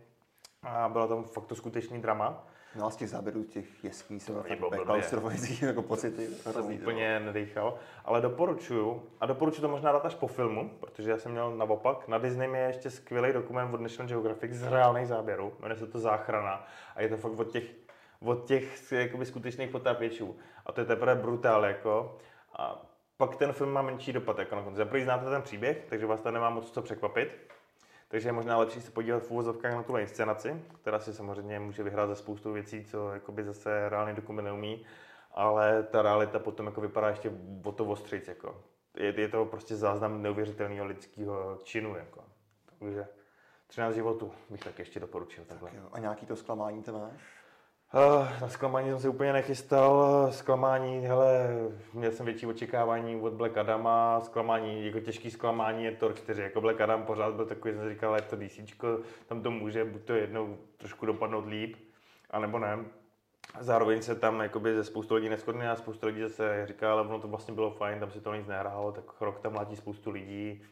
a byla tam fakt to skutečný drama. No a z těch záběrů těch jeskyní jsem byl klaustrofobický jako pocity. Jsem úplně nedýchal, ale doporučuju, a doporučuju to možná dát až po filmu, protože já jsem měl naopak, na Disney je ještě skvělý dokument od National Geographic z reálných záběrů, jmenuje se to Záchrana a je to fakt od těch, od těch jakoby skutečných potápěčů a to je teprve brutál jako a pak ten film má menší dopad jako na konci. Zaprvé znáte ten příběh, takže vás tam nemá moc co překvapit. Takže je možná lepší se podívat v úvozovkách na tuhle inscenaci, která si samozřejmě může vyhrát za spoustu věcí, co jakoby zase reálný dokument neumí, ale ta realita potom jako vypadá ještě o to ostřejc. Jako. Je, je to prostě záznam neuvěřitelného lidského činu. Jako. Takže třináct životů bych tak ještě doporučil. Tak jo. A nějaký to zklamání to máš? Uh, na zklamání jsem se úplně nechystal, zklamání, hele, měl jsem větší očekávání od Black Adama, zklamání, jako těžký zklamání je Thor čtyři, jako Black Adam pořád byl takový, jsem říkal, je to DCčko, tam to může buď to jednou trošku dopadnout líp, anebo ne. Zároveň se tam jakoby ze spoustu lidí neshodne a spoustu lidí zase říká, ale ono to vlastně bylo fajn, tam si to nic nehrálo, tak rok tam mlátí spoustu lidí,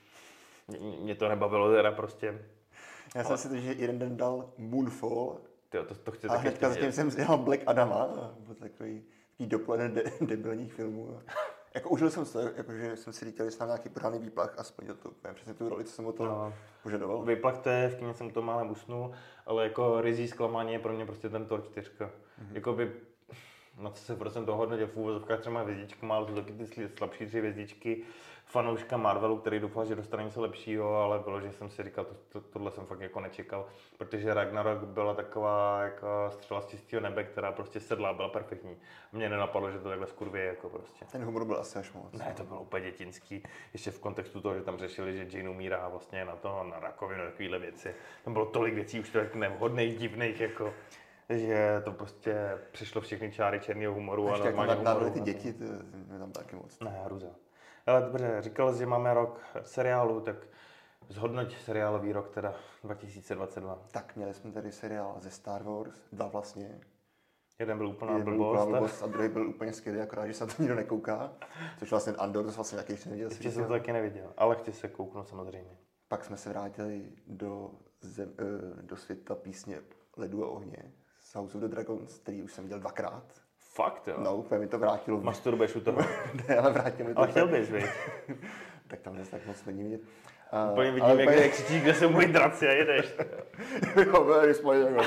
mě to nebavilo teda prostě. Já jsem ale... si to, že jeden den dal Moonfall, Tyjo, to, to chci a hnedka zatím jsem vzal Black Adama, byl takový, takový dopoledne de, debilních filmů. Jako užil jsem to, jakože jsem si říkal, že jsem nějaký pořádný výplach a splnil to úplně přesně tu roli, co jsem o to no, požadoval. Výplach to je, v kyně jsem to málem usnul, ale jako rizí zklamání je pro mě prostě ten Thor čtyři. Mm-hmm. Jakoby na co se procent toho hodnotě v úvozovkách třema hvězdičkama, ale to taky ty slabší tři hvězdičky. Fanouška Marvelu, který doufal, že dostane něco lepšího, ale bylo, že jsem si říkal, to, to, tohle jsem fakt jako nečekal, protože Ragnarok byla taková jako střela z čistého nebe, která prostě sedla, byla perfektní. Mně nenapadlo, že to takhle skurvě jako prostě. Ten humor byl asi až moc. Ne, to bylo úplně dětinský, ještě v kontextu toho, že tam řešili, že Jane umírá vlastně na to, na rakovinu, takovéhle věci. Tam bylo tolik věcí už tak nevhodných, divných jako. Že to prostě přišlo všechny čáry černého humoru a normálně humoru. Ještě jak ty děti, to je tam taky moc. Ne, hruza. Ale dobře, říkal jsi, že máme rok seriálu, tak zhodnoť seriálový rok teda dva tisíce dvacet dva. Tak měli jsme tady seriál ze Star Wars, dva vlastně. Jeden byl úplná blbost. blbost a druhý byl úplně skvělý, akorát, že se na to nikdo nekouká. Což vlastně Andor, to vlastně nějaký ještě neviděl. Ještě jsem to taky neviděl, ale chci se kouknout samozřejmě. Pak jsme se vrátili do, zem, do světa písně Ledu a ohně z House of the Dragons, který už jsem viděl dvakrát. Fakt, jo? No, úplně mi to vrátilo. Masturbuješ u toho? Ne, ale vrátilo mi to. Ale chtěl bys, viď? Tak tam dnes tak moc není vidět. Uh, Úplně vidím, jak úplně... křičíš, kde jsou moji draci a jedeš. Jo, very smart, jako.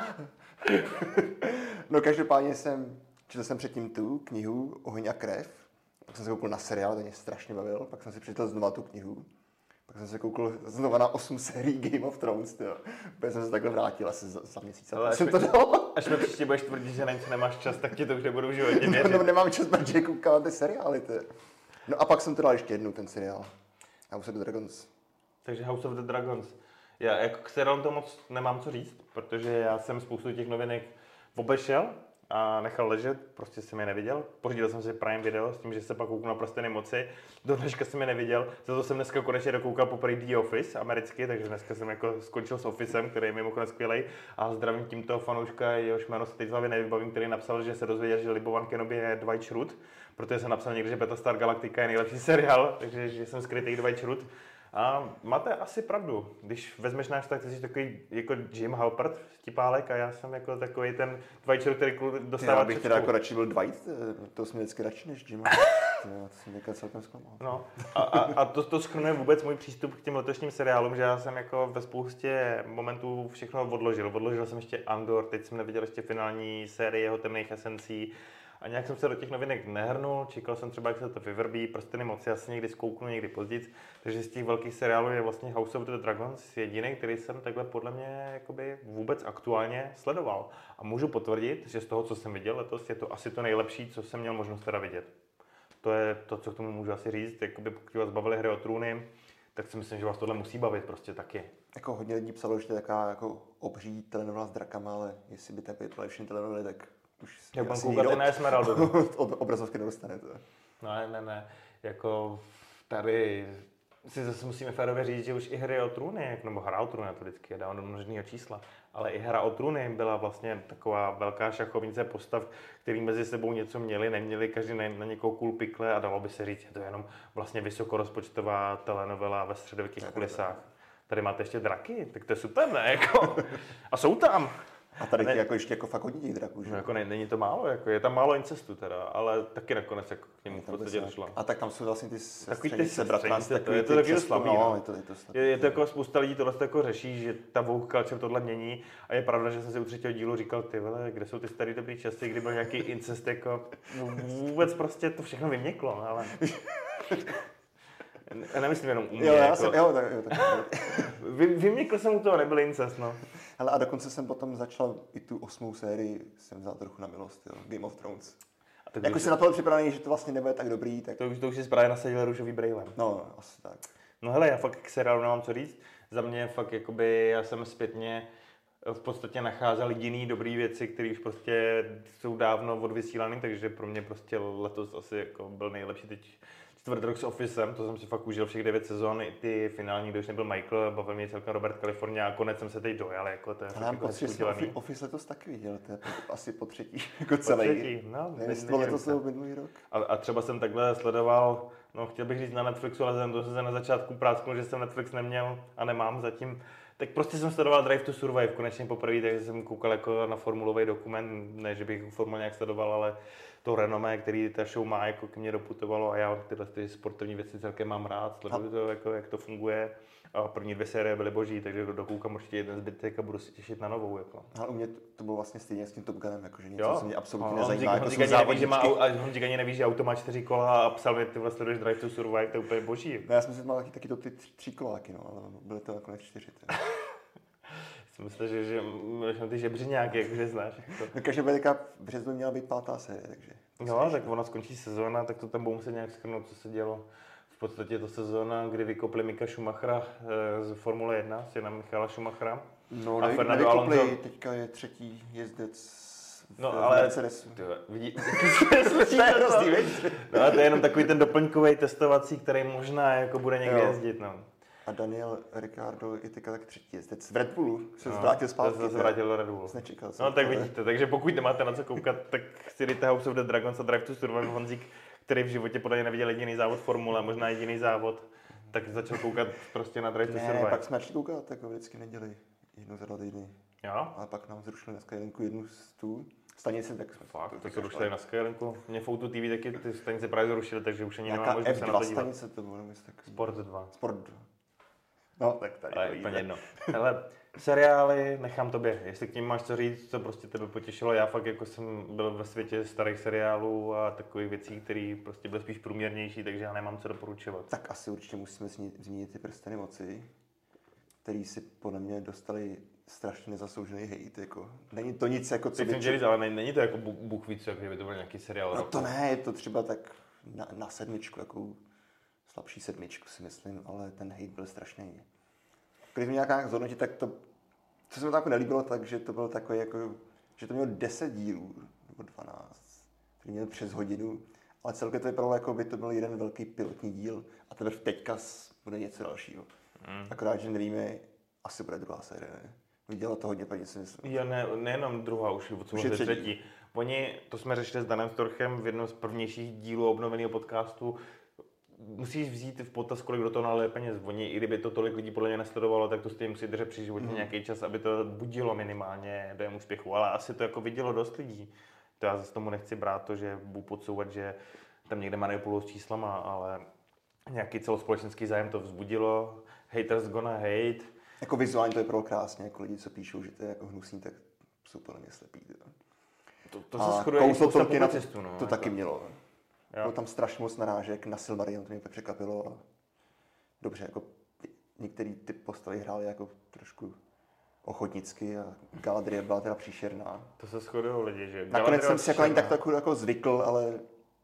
No každopádně jsem, četl jsem předtím tu knihu Oheň a krev, pak jsem se koukal na seriál, ten mě strašně bavil, pak jsem si přečetl znova tu knihu, pak jsem se koukal znova na osm sérií Game of Thrones, tyjo. Pak jsem se takhle vrátil asi za, za měsíc. Ale jsem to dal. Až mi příště budeš tvrdit, že na nic nemáš čas, tak ti to už nebudu v životě věřit. No, no, nemám čas, protože koukám ty seriály, ty. No a pak jsem to dal ještě jednou, ten seriál. House of the Dragons. Takže House of the Dragons. Já jako k seriálu to moc nemám co říct, protože já jsem spoustu těch novinek obešel a nechal ležet, prostě jsem je neviděl. Pořídil jsem si Prime Video s tím, že se pak kouknu na prstené moci. Do dneška jsem je neviděl, za to jsem dneska konečně dokoukal poprvé The Office americky, takže dneska jsem jako skončil s Officem, který je mimochodem skvělej. A zdravím tímto fanouška, jehož jméno se teď z hlavy nevybavím, který napsal, že se dozvěděl, že Libovan Kenobi je Dwight Schrute, protože jsem napsal někdy, že Battlestar Galactica je nejlepší seriál, takže že jsem skrytý Dwight Schrute. A máte asi pravdu, když vezmeš náš tak, ty jsi takový jako Jim Halpert, vtipálek, a já jsem jako takový ten Dwight Schrute, který dostává. Já bych teda jako radši byl Dwight, to jsme vždycky radši než Jim. To jsem teďka celkem zklamal. No a, a, a to, to shrnuje vůbec můj přístup k těm letošním seriálům, že já jsem jako ve spoustě momentů všechno odložil. Odložil jsem ještě Andor, teď jsem neviděl ještě finální sérii jeho Temných esencí. A nějak jsem se do těch novinek nehrnul, čekal jsem třeba, jak se to vyvrbí, prsteny moci, asi někdy zkouknu, někdy později. Takže z těch velkých seriálů je vlastně House of the Dragons jediný, který jsem takhle podle mě jakoby vůbec aktuálně sledoval. A můžu potvrdit, že z toho, co jsem viděl letos, je to asi to nejlepší, co jsem měl možnost teda vidět. To je to, co k tomu můžu asi říct. Jakoby pokud vás bavily Hry o trůny, tak si myslím, že vás tohle musí bavit prostě taky. Jako hodně lidí psalo, že to je taková jako obří telenovela s drakama, ale jestli by takové tradiční telenovely, tak už já budem koukat i na Esmeraldu. Od obrazovky nedostane to. Ne, ne, ne. Jako tady si zase musíme férově říct, že už i Hry o trůny, nebo Hra o trůny, to vždycky je dávno množného čísla, ale i Hra o trůny byla vlastně taková velká šachovnice postav, který mezi sebou něco měli, neměli, každý na, na někoho cool pikle a dalo by se říct, že to je jenom vlastně vysokorozpočtová telenovela ve středověkých kulisách. Tady máte ještě draky, tak to je super, ne? Jako. A jsou tam. A tady ne, jako ještě jako fakt hodně těch draků, že? No jako ne, není to málo, jako je tam málo incestu teda, ale taky nakonec jako k němu v podstatě došlo. A tak tam jsou vlastně ty sestřenice, bratranství, takový je to taky slabý, no. Je to, je to, je, je to jako spousta lidí tohle jako řeší, že ta woke culture tohle mění a je pravda, že jsem si u třetího dílu říkal, ty vole, kde jsou ty starý dobrý časy, kdy byl nějaký incest, jako vůbec prostě to všechno vyměklo, ale... Já nemyslím jenom u mě. Jo, já jako... jsem, jo, tak, jo, tak. Vy, vyměkl jsem u toho, nebyl incest, no. Hele, a dokonce jsem potom začal i tu osmou sérii, jsem vzal trochu na milost, jo, Game of Thrones. A jako jsi na to připravený, že to vlastně nebude tak dobrý, tak... To už, to už si právě nasadil růžový brejlem. No, asi tak. No hele, já fakt k seriálu nemám co říct. Za mě fakt jakoby, já jsem zpětně v podstatě nacházel jiný dobrý věci, které už prostě jsou dávno odvysílány, takže pro mě prostě letos asi jako byl nejlepší teď čtvrt rok s Officem, to jsem si fakt užil všech devět sezon, i ty finální, kdy už nebyl Michael, bavil mě celkem Robert California a konec jsem se teď dojal, jako to je fakt jako hezky udělaný. Office letos taky viděl, to je asi po třetí, jako po celý. Třetí, no, nevím, jestli to letos nebo minulý rok. A, a třeba jsem takhle sledoval, no chtěl bych říct na Netflixu, ale jsem to se na začátku prásknul, že jsem Netflix neměl a nemám zatím. Tak prostě jsem sledoval Drive to Survive konečně poprvé, takže jsem koukal jako na formulový dokument, ne, že bych formul nějak sledoval, ale to renomé, který ta show má, jako ke mně doputovalo a já tyhle ty sportovní věci celkem mám rád, sleduju to, jako, jak to funguje. A první dvě série byly boží, takže dokoukám určitě jeden zbytek a budu se těšit na novou. Jako. Ale u mě to, to bylo vlastně stejně s tím Top Gunem, jakože něco, jo? co mě absolutně no, nezajímá. Honzik, jako Honzik, neví, má, a Honzik ani neví, že auto má čtyři kola a psal mi, ty vlastně sleduješ Drive to Survive, to je úplně boží. No, já jsem si mal taky, taky to ty tři koláky, no, ale byly to nakonec čtyři. Myslím, že, že, že ty žebřiňáky, jakože znáš. No, každopádně v březnu měla být pátá série, takže... No, tak ona skončí sezóna, tak to tam budou muset nějak shrnout, co se dělo. V podstatě je to sezóna, kdy vykopli Mika Schumachera z Formule jedna, syna Michala Schumachera. No, a Fernando Alonso. Teďka je třetí jezdec v, no, v ale, Mercedesu. Vidí, no, ale to je jenom takový ten doplňkový testovací, který možná jako bude někde jo. jezdit. No. A Daniel Ricciardo je teďka tak třetí jezdec v Red Bullu, se no, vrátil zpátky. Se vrátil do Red Bullu. Nečekal no tak vidíte, takže pokud nemáte na co koukat, tak si dejte House of the Dragons a Drive to Survive. Honzík, který v životě podle mě neviděl jediný závod formule, možná jediný závod, tak začal koukat prostě na Drive to Survive. Ne, pak jsme začali koukat, tak vždycky neděli jednou za dva týdny. Jo? Ale pak nám zrušili na Skylinku jednu z tu stanici, tak jsme fakt, to se rušili na Skylinku. Mě Foutu T V taky ty stanice právě zrušily, takže už ani nemám možnost se na to dívat. stanice to bylo, myslím, tak... Sport dva. Sport dva. No, tak tady ale to úplně jedno. Hele, seriály nechám tobě, jestli k ním máš co říct, co prostě tebe potěšilo. Já fakt jako jsem byl ve světě starých seriálů a takových věcí, které prostě byly spíš průměrnější, takže já nemám co doporučovat. Tak asi určitě musíme zmínit ty Prsteny moci, který si podle mě dostali strašně nezasloužený hejt, jako. Není to nic jako... Co by... říct, ale není to jako Bůh víc, jako kdyby to byl nějaký seriál. No to ne, je to třeba tak na, na sedmičku, jako slabší sedmičku si myslím, ale ten hejt byl strašný. Když mě nějak zhodnotit, tak to, co se mi tak nelíbilo, takže to bylo takový jako, že to mělo deset dílů, nebo dvanáct, který měl přes hodinu, ale celkem to vypadalo, jako by to byl jeden velký pilotní díl a teprve teďka bude něco dalšího. Mm. Akorát, že nevíme, asi bude druhá série, ne? Viděla to hodně peněz, myslím. Jo, ne, nejenom druhá, už, už je třetí. třetí. Oni, to jsme řešili s Danem Storchem v jednom z prvnějších dílů obnoveného podcastu, musíš vzít v potaz, kolik do toho nalije peněz. Oni, i kdyby to tolik lidí podle mě nesledovalo, tak to stejně musí držet při životě mm. nějaký čas, aby to budilo minimálně dojem úspěchu. Ale asi to jako vidělo dost lidí. To já zase tomu nechci brát to, že budu podsouvat, že tam někde manipulují s číslama, ale nějaký celospolečenský zájem to vzbudilo. Haters gonna hate. Jako vizuálně to je pro krásně, jako lidi, co píšou, že to je jako hnusný, tak jsou podle mě slepí. To, to se shoduje i spousta publicistů. No, to jako. Taky mělo. Bylo tam strašně moc narážek na Silmarillion, to mě překvapilo. A dobře, jako některý ty postavy hrály jako trošku ochotnicky a Galadriel byla teda příšerná. To se shodují lidi, že? Nakonec jsem si jako ani tak takovou jako zvykl, ale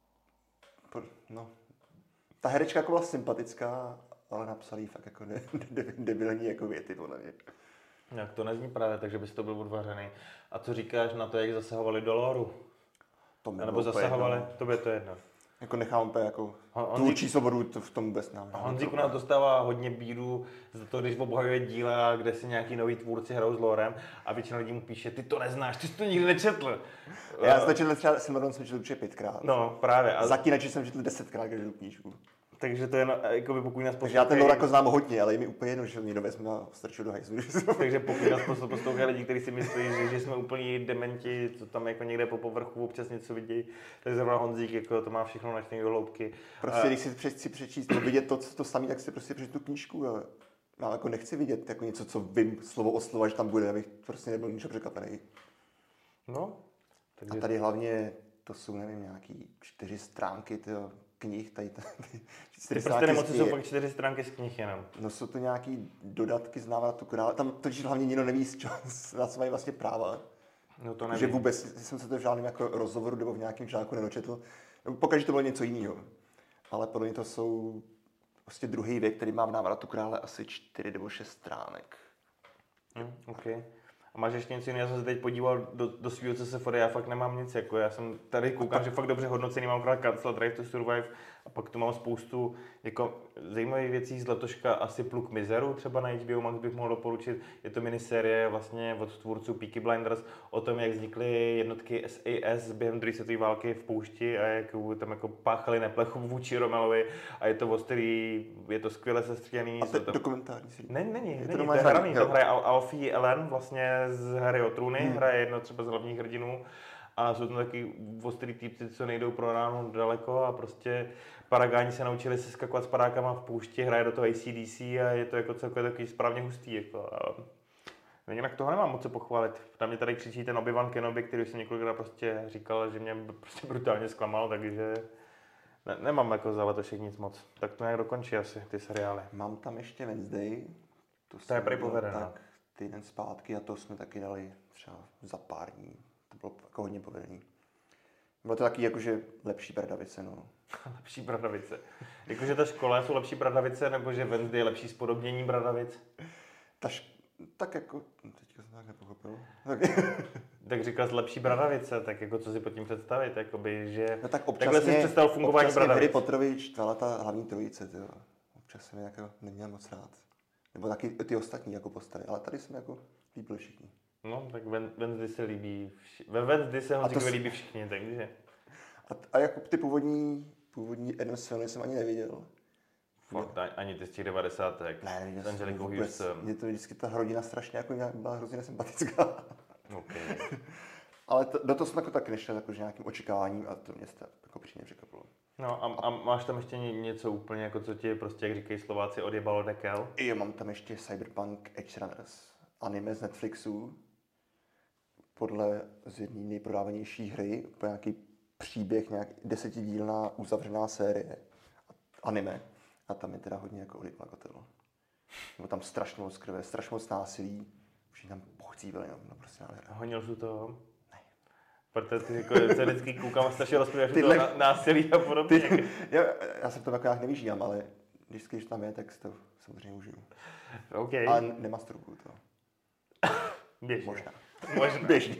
no, ta herečka jako byla sympatická, ale napsali jí fakt jako de, de, de, debilní jako věty, podle mě. Jak to nezní právě, takže bys to byl odvařený. A co říkáš na to, jak zasahovali do lóru? To nebo zasahovali, to by to jedno. Jako nechám úplně jako tvůrčí svobodu v tom vůbec nám. Honzík u nás dostává hodně bídu za to, když obhajuje díla, kde si nějaký nový tvůrci hrajou s lorem a většina lidí mu píše, ty to neznáš, ty jsi to nikdy nečetl. Já jsem četl třeba Silmarillion jsem četl určitě pětkrát. No, právě. A Zaklínače jsem četl desetkrát každou knížku. Takže to je, jako pokud nás poslouchají... Já ten lore jako znám hodně, ale je mi úplně jedno, že někdo vezme a strčil do hajzlu. Takže pokud nás poslouchají lidi, kteří si myslí, že, že jsme úplní dementi, co tam jako někde po povrchu občas něco vidějí, tak zrovna Honzík jako to má všechno načtené do hloubky. Prostě a... když si chci přečíst, no, vidět to, to samé, tak si prostě přečtu tu knížku. A... Já jako nechci vidět jako něco, co vím slovo od slova, že tam bude, abych prostě nebyl ničeho překvapený. No. Takže... A tady hlavně to jsou, nevím, nějaký čtyři stránky, tyjo. Knih, tady, tady čtyři stránky. Ty nemoci jsou pak čtyři stránky z knih jenom. No jsou to nějaký dodatky z návratu krále. Tam totiž hlavně nikdo neví, na co mají vlastně práva. No to nevím. Že vůbec jsem se to v žádném jako rozhovoru nebo v nějakém žáku nedočetl. Pokaždé to bylo něco jiného. Ale podle mě to jsou prostě druhý věk, který má v návratu krále asi čtyři nebo šest stránek. Hmm, okay. A máš ještě něco jiného? Já jsem se teď podíval do, do svého C S F D, já fakt nemám nic. Jako já jsem tady koukám, že fakt dobře hodnocený, mám krát Cancel, Drive to Survive a pak tu mám spoustu jako zajímavých věcí z letoška, asi Pluk mizeru, třeba na H B O Max bych mohl doporučit. Je to minisérie vlastně od tvůrců Peaky Blinders o tom, jak vznikly jednotky S A S během druhé světové války v poušti a jak tam jako páchali neplechu vůči Romelovi a je to ostrý, je to skvěle sestříhaný. A to je dokumentární série? Ne, není, je není, to je hraný, tam hraje Alfie Ellen vlastně z Hry o trůny, hmm. hraje jedno třeba z hlavních hrdinů a jsou tam taky ostrý týpci, co nejdou pro ráno daleko a prostě Paragáni se naučili se skakovat s padákama v poušti, hraje do toho A C D C a je to jako celkově takový správně hustý. Jako. A jinak toho nemám moc co pochválit. Na mě tady křičí ten Obi-Wan Kenobi, který jsem několikrát prostě říkal, že mě prostě brutálně zklamal, takže ne, nemám jako za letošek nic moc. Tak to nějak dokončí asi ty seriály. Mám tam ještě Wednesday. To, to je prý povedené. Tak týden zpátky a to jsme taky dali třeba za pár dní. To bylo jako hodně povedený. Bylo to taky jakože lepší Bradavice, no. Lepší Bradavice. Jakože ta škola jsou lepší Bradavice, nebo že Wednesday je lepší spodobnění Bradavic? Ta š... Tak jako, teďka jsem tak nepochopil. Tak, tak říkal jsi lepší Bradavice, tak jako co si pod tím představit, jakoby, že... No tak občasně, takhle si představil fungování Bradavic. Harry Potterovi čtvala ta hlavní trojice, tyjo. Občas jsem jako neměl moc rád. Nebo taky ty ostatní jako postavy, ale tady jsme jako líbili všichni. No, tak Wednesday se líbí, vši... ve Wednesday se Honzíkovi líbí všichni, takže... A, a jako ty původní, původní Adams filmy jsem ani neviděl. Fakt, ani ty z těch devadesátek. Ne, ne, s Angelikou Houston. Mě to vždycky ta rodina strašně jako nějak byla hrozně nesympatická. Okay. Ale to, do toho jsem jako taky nešel jako nějakým očekáváním a to mě jako přímě překvapilo. No a, a máš tam ještě něco úplně, jako co ti prostě, jak říkají Slováci, odjebalo dekel? Jo, mám tam ještě Cyberpunk Edge Runners, anime z Netflixu, podle z jedné nejprodávanější hry, úplně nějaký příběh, nějak desetidílná uzavřená série, anime. A tam je teda hodně jako odjebala kotel. Bylo tam strašně moc krve, strašně moc násilí, všichni tam pochcívali, no, no prostě nádhera. Honil jsi to? Ne. Protože ty jako se vždycky koukám a strašně rozpěváš Tyhle... to násilí a podobně. Ty, já, já se v tom jako nějak nevyžívám, ale když, když tam je, tak si to samozřejmě užiju. Okay. A nemastrukuju to. Běžně. Možná. Možná. Běžně.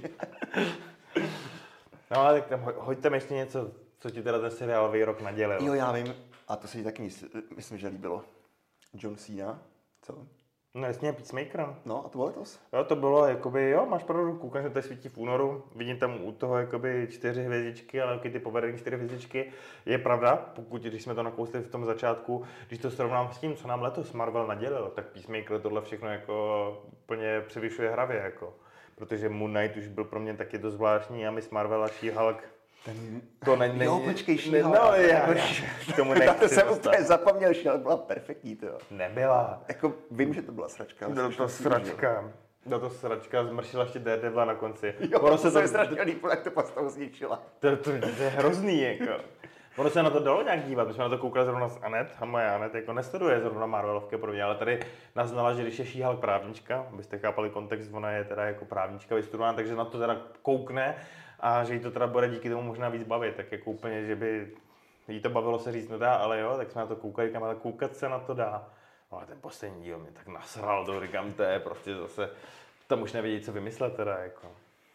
No ale tak tam hoď tam ještě něco, co ti teda ten seriálový rok nadělil. Jo, já vím, a to se ti taky mysl, myslím, že líbilo. John Cena, co? No jasně, Peacemaker. No a to bylo letos? Jo, to bylo, jakoby, jo, máš pravdu, koukám, že to svítí v únoru, vidím tam u toho, jakoby, čtyři hvězdičky, ale jaký ty povedený čtyři hvězdičky. Je pravda, pokud, když jsme to nakousli v tom začátku, když to srovnám s tím, co nám letos Marvel nadělil, tak Peacemaker tohle všechno jako úplně převyšuje hravě, jako. Protože Moon Knight už byl pro mě taky dost zvláštní a Miss Marvel a She-Hulk. Ten... To není... Jo, počkej, She-Hulk. No, já, já k tomu nechci to jsem úplně zapomněl, She-Hulk byla perfektní, to jo. Nebyla. Jako vím, že to byla sračka. Byla to sračka. Byla to sračka, zmršila ještě Daredevila na konci. Jo, ono se to je strašně líbilo, jak to postavu zničila. To, to, to je hrozný, jako. Ono se na to dalo nějak dívat, my jsme na to koukali zrovna s Anet a moje Anet jako nesleduje zrovna Marvelovky pro mě, ale tady naznala, že když je She-Hulk právnička, abyste chápali kontext, ona je teda jako právnička vystudovaná, takže na to teda koukne a že jí to teda bude díky tomu možná víc bavit, tak jako úplně, že by jí to bavilo se říct nedá, ale jo, tak jsme na to koukali, kam ale koukat se na to dá. Ale ten poslední díl mě tak nasral, to říkám, to je prostě zase, tam už nevědí, co vymyslet teda jako.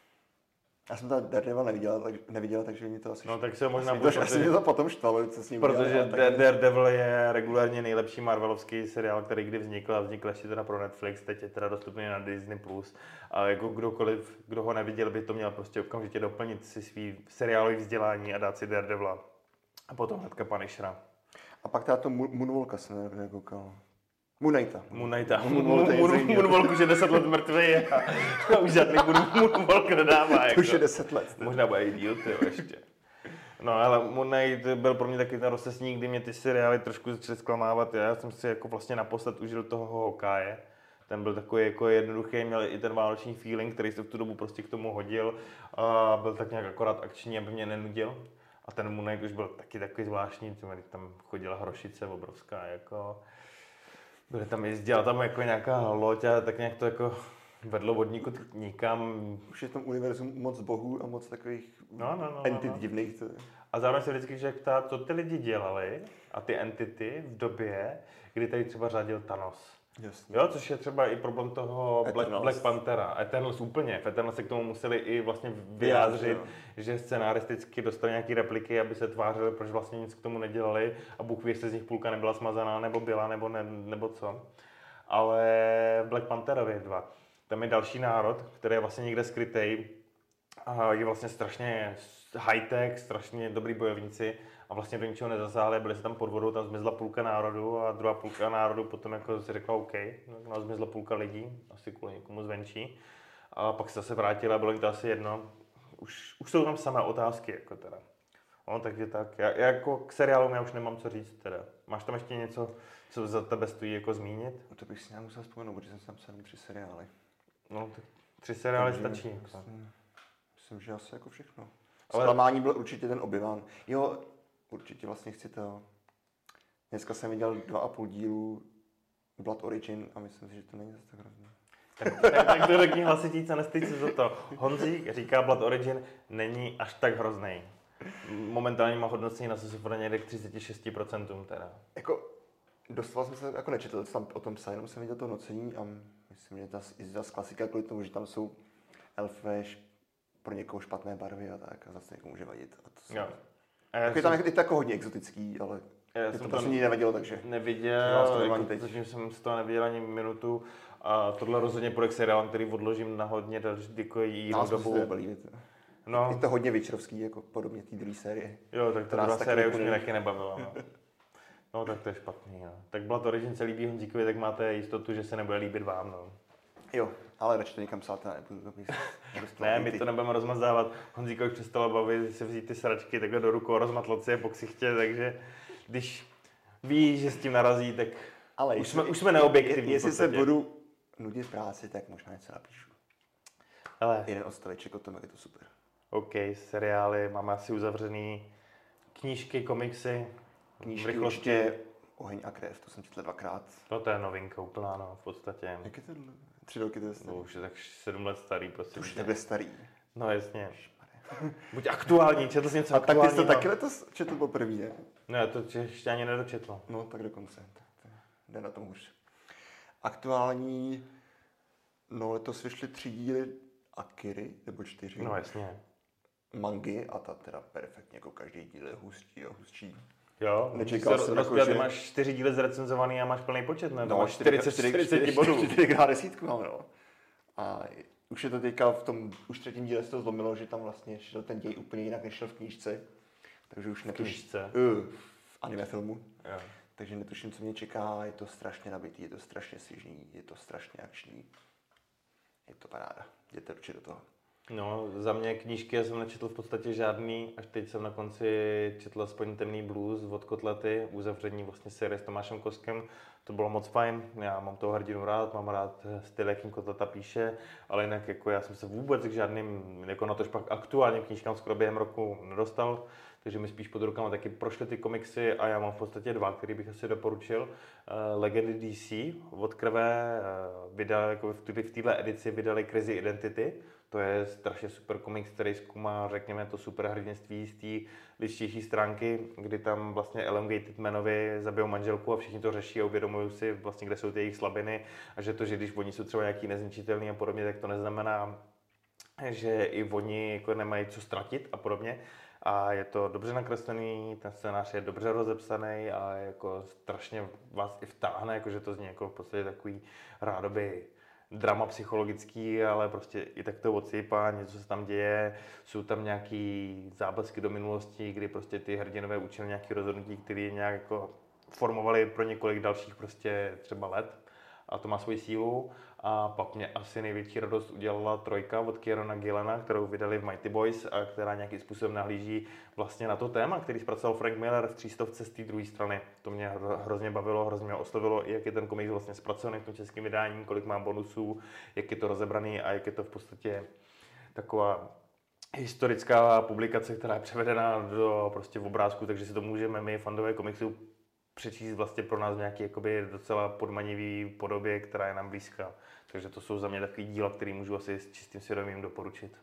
Já jsem ta Daredevil neviděl, tak, neviděl, takže mi to asi... No tak se možná... Asi, to, asi mě to potom štvalo, co s ním protože udělal, tak... Daredevil je regulárně nejlepší marvelovský seriál, který kdy vznikl a vznikl ještě teda pro Netflix, teď je teda dostupný na Disney plus. A jako kdokoliv, kdo ho neviděl, by to měl prostě okamžitě doplnit si svý seriálový vzdělání a dát si Daredevila. A potom hnedka Punishera. A pak teda to Moonwalka jsem nekoukal. Moon Knighta. Moon Knighta. Moonwalk už je deset let mrtvý a už žádný Moonwalk nedává. To už je deset let. Možná bude i díl, tyjo, ještě. No ale Moon Knight byl pro mě taky ten rozcestník, kdy mě ty seriály trošku začaly zklamávat. Já jsem si jako vlastně naposled užil toho Hawkeye. Ten byl takový jako jednoduchý, měl i ten vánoční feeling, který se v tu dobu prostě k tomu hodil. A byl tak nějak akorát akční, aby mě nenudil. A ten Moon Knight už byl taky takový zvláštní, tam chodila hrošice obrovská, jako... Bude tam jezdila tam jako nějaká loď a tak nějak to jako vedlo vodníku nikam. Už je v tom univerzu moc bohů a moc takových no, no, no, entit no, no. divných. To... A zároveň se vždycky že ptá, co ty lidi dělali a ty entity v době, kdy tady třeba řadil Thanos. Jasně. Jo, což je třeba i problém toho Black, Black Panthera. Eternals úplně. V Eternals se k tomu museli i vlastně vyjádřit, jo. Že scenaristicky dostali nějaký repliky, aby se tvářili, proč vlastně nic k tomu nedělali a Bůh ví, jestli z nich půlka nebyla smazaná, nebo byla, nebo, ne, nebo co. Ale Black Pantherovi dva. Tam je další národ, který je vlastně někde skrytej a je vlastně strašně high-tech, strašně dobrý bojovníci a vlastně do ničeho nezasáhli, byli se tam pod vodou, tam zmizla půlka národu a druhá půlka národu potom jako si řekla OK, no, zmizla půlka lidí, asi kvůli někomu zvenčí a pak se zase vrátila, bylo jim to asi jedno. Už, už jsou tam samé otázky, jako teda. No, takže tak, já, já jako k seriálům já už nemám co říct teda. Máš tam ještě něco, co za tebe stojí jako zmínit? No to bych si nějak musel vzpomenout, protože jsem tam psal tři seriály. No, tak tři seriály takže stačí. Myslím, myslím, že asi jako všechno. Ale... Zklamání byl určitě ten Obi-Wan. Jo, určitě vlastně chci to. Dneska jsem viděl dva a půl dílu Blood Origin a myslím si, že to není zase tak hrozné. Tak, tak, tak to řekni hlasití, co nestojí se za to. Honzík říká, Blood Origin není až tak hrozný. Momentálně má hodnocení na Sosofora někde k třicet šest procent teda. Jako, dostal jsem se, jako nečetl, co tam o tom psal, jenom jsem viděl to hodnocení a myslím, že ta z klasika kvůli tomu, že tam jsou elfové pro někoho špatné barvy a tak a zase někomu může vadit. A to jsou... Jo. A jako je tam je to jako hodně exotický, ale já to jsem prostě nikdy nevadilo, takže... Neviděl, jako, zatím jsem z toho neviděl ani minutu a tohle rozhodně projekt seriál, který odložím na hodně jinou dobu. No. Je to hodně Witcherovský, jako podobně té druhé série. Jo, tak ta druhá série už mě taky nebavila. No. No tak to je špatný, no. Tak Blood Origin se líbí Honzíkovi, tak máte jistotu, že se nebude líbit vám, no. Jo, ale radši to někam psát, já nebudu. Ne, my to nebudeme rozmazávat. Honzíkovi přestalo bavit si vzít ty sračky takhle do rukou, rozmatlat si je po ksichtě, takže když ví, že s tím narazí, tak ale už, jsme, už jsme neobjektivní. Jestli se budu nudit práci, tak možná něco napíšu. Ale jeden odstaveček o tom, jak je to super. OK, seriály, máme asi uzavřený, knížky, komiksy. Knížky určitě Oheň a krev, to jsem četl dvakrát. No to je novinka úplná, no, v podstatě. Jak je to? Tři roky to je starý. No, už je tak sedm let starý, prostě. Už je starý. No jasně. Buď aktuální, četl jsi něco a aktuálního. A tak ty jsi to taky letos četl poprvé, ne? Ne, to ještě ani nedočetl. No, tak dokonce. Tak to jde na tom hůř. Aktuální, no letos vyšly tři díly Akiry, nebo čtyři. No jasně. Mangy a ta teda perfektně, jako každý díl je hustší a hustší. Jo, nečekal jsem jako, že... máš čtyři díly zrecenzovaný a máš plný počet, ne? No, máš čtyřicet, čtyřicet bodů. čtyři krát desítku mám, no. A už je to teďka v tom, už třetím díle se to zlomilo, že tam vlastně šel ten děj úplně jinak, než šel v knížce. Takže už netuším. Uh, v anime filmu. Jo. Takže netuším, co mě čeká, je to strašně nabitý, je to strašně svižný, je to strašně akční. Je to paráda, jděte určitě do toho. No, za mě knížky já jsem nečetl v podstatě žádný, až teď jsem na konci četl aspoň Temný blues od Kotlety, uzavření vlastně série s Tomášem Koskem, to bylo moc fajn, já mám toho hrdinu rád, mám rád styl, jakým Kotleta píše, ale jinak jako já jsem se vůbec k žádným, jako na to špak aktuálním knížkám skoro během roku nedostal, takže mi spíš pod rukama taky prošly ty komiksy a já mám v podstatě dva, který bych asi doporučil. Uh, Legendy D C od Krve uh, vydali, jako v této edici vydali Crazy Identity. To je strašně super komiks, který zkoumá, řekněme, to superhrdinství z té ličtější stránky, kdy tam vlastně elongated menovi zabijou manželku a všichni to řeší a uvědomují si vlastně, kde jsou ty jejich slabiny a že to, že když oni jsou třeba nějaký nezničitelný a podobně, tak to neznamená, že i oni jako nemají co ztratit a podobně. A je to dobře nakreslený, ten scénář je dobře rozepsaný a jako strašně vás i vtáhne, jakože to zní jako v podstatě takový rádoby drama psychologický, ale prostě i tak to odsýpá, něco se tam děje, jsou tam nějaký záblesky do minulosti, kdy prostě ty hrdinové učili nějaké rozhodnutí, které nějak jako formovali pro několik dalších prostě třeba let a to má svoji sílu. A pak mě asi největší radost udělala trojka od Kierona Gillena, kterou vydali v Mighty Boys a která nějakým způsobem nahlíží vlastně na to téma, který zpracoval Frank Miller v třístovce z té druhé strany. To mě hrozně bavilo, hrozně mě oslovilo, i jak je ten komiks vlastně zpracovaný v tom českém vydání, kolik má bonusů, jak je to rozebraný a jak je to v podstatě taková historická publikace, která je převedena do prostě v obrázku, takže si to můžeme my, fandové komiksu, přečíst vlastně pro nás v nějaký jakoby docela podmanivý podobě, která je nám blízká. Takže to jsou za mě takový díla, který můžu asi s čistým svědomím doporučit.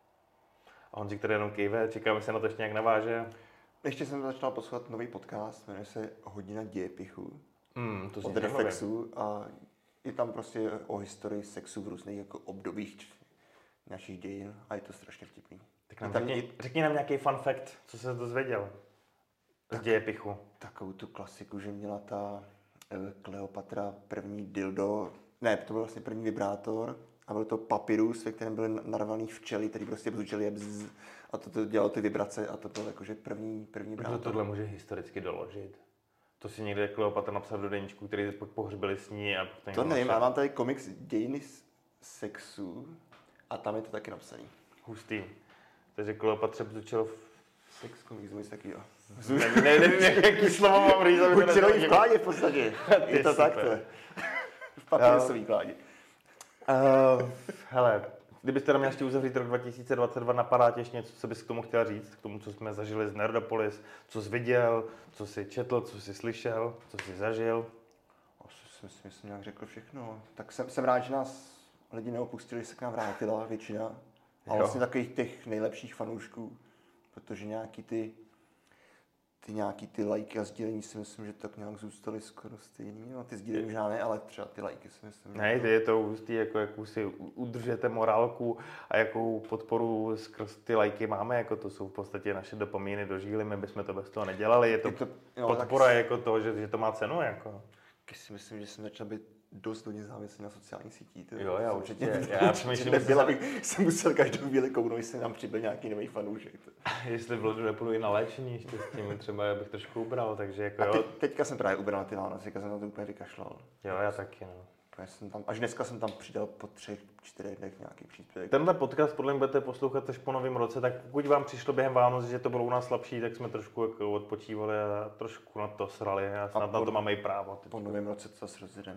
A Honzi, který jenom kejve, čekáme se na to ještě nějak naváže. Ještě jsem začal poslouchat nový podcast, jmenuje se Hodina dějepichu mm, to od Reflexu a je tam prostě o historii sexu v různých jako obdobích našich dějin a je to strašně vtipný. Tak nám tam řekni, je... řekni nám nějaký fun fact, co se dozvěděl z dějepichu. Takovou tu klasiku, že měla ta Kleopatra první dildo, ne, to byl vlastně první vibrátor a byl to papyrus, ve kterém byly narvaný včely, který prostě bzučeli bzz, a to, to dělalo ty vibrace a to byl jakože první, první vibrátor. Kdo tohle může historicky doložit? To si někde Kleopatra napsal do deníčku, který pohřbili s ní a... To nevím, ale mám tady komiks Dějiny sexu a tam je to taky napsaný. Hustý. Takže Kleopatra bzučel v... Sex komiks, něco takového. Ne, ne, nevím, jaký slovo mám říct. Učerový v kládě v podstatě. Je to takto. V papírosový kládě. Uh, hele, kdybyste nám měl ještě uzavřít rok dva tisíce dvacet dva, napadá tě ještě něco, co bys k tomu chtěl říct? K tomu, co jsme zažili z Nerdopolis, co jsi viděl, co jsi četl, co jsi slyšel, co jsi zažil? Asi si myslím, že jsem nějak řekl všechno. Tak jsem, jsem rád, že nás lidi neopustili, že se k nám vrátila většina. A vlastně takových těch nejlepších fanoušků. Protože nějaký ty, ty nějaký ty lajky a sdílení si myslím, že tak nějak zůstaly skoro stejný. No, ty sdílení možná ne, ale třeba ty lajky si myslím. Ne, ty je to hustý, jako jakou si udržujete morálku a jakou podporu skrz ty lajky máme, jako to jsou v podstatě naše dopamíny do žíly, my bychom to bez toho nedělali, je to, je to jo, podpora tak... jako toho, že, že to má cenu. Jako. Si myslím, že jsem začal být dost hodně závislý na sociálních sítích. Jo, já určitě. Já přemýšlím, nebyl, abych se musel každou chvíli kouknout, jestli nám přibyl nějaký nový fanoušek. Jestli v Lodu nepůjdu i na léčení, ještě s tím třeba bych trošku ubral, takže jako a jo. teď, teďka jsem právě ubral na ty Vánoce, teďka jsem na to úplně vykašlal. Jo, já taky, no. Jsem tam, až dneska jsem tam přidal po třech, čtyřech dnech nějaký příspěvek. Tenhle podcast podle mě budete poslouchat až po novém roce, tak pokud vám přišlo během Vánoc, že to bylo u nás slabší, tak jsme trošku jako odpočívali a trošku na to srali a snad a po, na to máme i právo. Po novém roce to zase rozjedeme.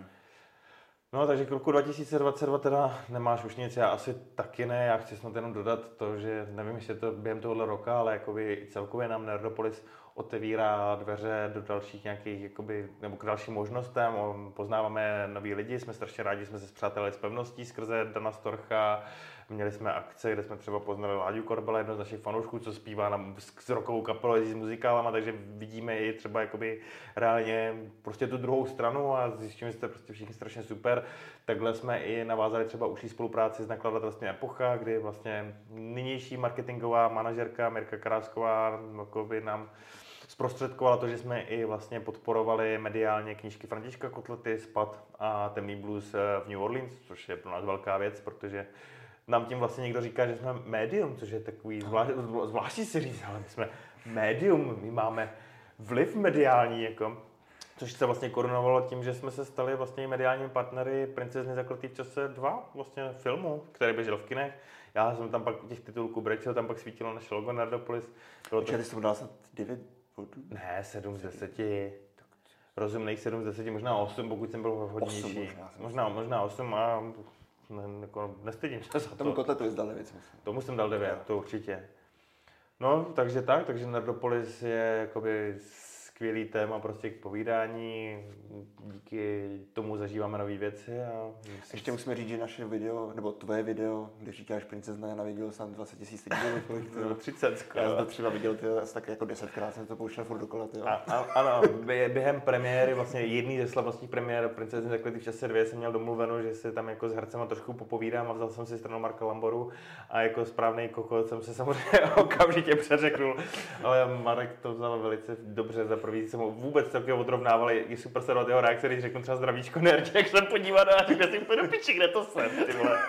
No, takže k roku dva tisíce dvacet dva teda nemáš už nic, já asi taky ne, já chci snad jenom dodat to, že nevím, jestli je to během tohohle roka, ale jakoby celkově nám Nerdopolis otevírá dveře do dalších nějakých, jakoby, nebo k dalším možnostem, poznáváme nový lidi, jsme strašně rádi, jsme se spřátelili s Pevností skrze Dana Storcha, měli jsme akce, kde jsme třeba poznali Láďu Korbela, jedno z našich fanoušků, co zpívá na, s rokovou kapelou, s muzikálama, takže vidíme i třeba jakoby reálně prostě tu druhou stranu a zjistíme, že to je prostě všichni strašně super. Takhle jsme i navázali třeba užší spolupráci s nakladatelstvím Epocha, kdy vlastně nynější marketingová manažerka Mirka Karásková jakoby nám zprostředkovala to, že jsme i vlastně podporovali mediálně knížky Františka Kotlety, Spad a Temný blues v New Orleans, což je pro nás velká věc, protože nám tím vlastně někdo říká, že jsme médium, což je takový zvlášť, zvláštní si říct, ale my jsme médium, my máme vliv mediální, jako, což se vlastně korunovalo tím, že jsme se stali vlastně mediálními partnery Princezny zakletý v čase dva, vlastně filmu, který běžel v kinech. Já jsem tam pak těch titulků brečel, tam pak svítilo naše logo Nerdopolis. Počkej, ty jsi mu dal snad devět bodů? Ne, sedm z deseti. Rozumných sedm z deseti, možná osm, pokud jsem byl hodnější. Možná, možná, možná osm a ne, jako, nestydím se za to. Tomu Kotletu jsi dal devět. Tomu jsem dal devět, to určitě. No, takže tak, takže Nerdopolis je jakoby skvělý téma prostě k povídání, díky tomu zažíváme nové věci. A ještě musíme říct, že naše video, nebo tvoje video, kde říkáš Princezna Jana, vidělo jsem dvacet tisíc lidí, kolik to třicet skoro. Já jsem to třeba viděl, ty, asi tak jako desetkrát jsem to pouštěl furt dokola. A, a, ano, během premiéry, vlastně jedný ze slavnostních premiér Princezny zakletý v čase dvě jsem měl domluveno, že si tam jako s hercema trošku popovídám a vzal jsem si stranu Marka Lamboru a jako správný kokot jsem se samozřejmě okamžitě přeřeknul, ale Marek to vzal velice dobře. Za první jsem ho vůbec taky odrovnával, je super sledovat jeho reakce, když řeknu třeba zdravíčko nerdě, jak jsem podívat a řekne si úplně do piči, kde to jsem, ty vole.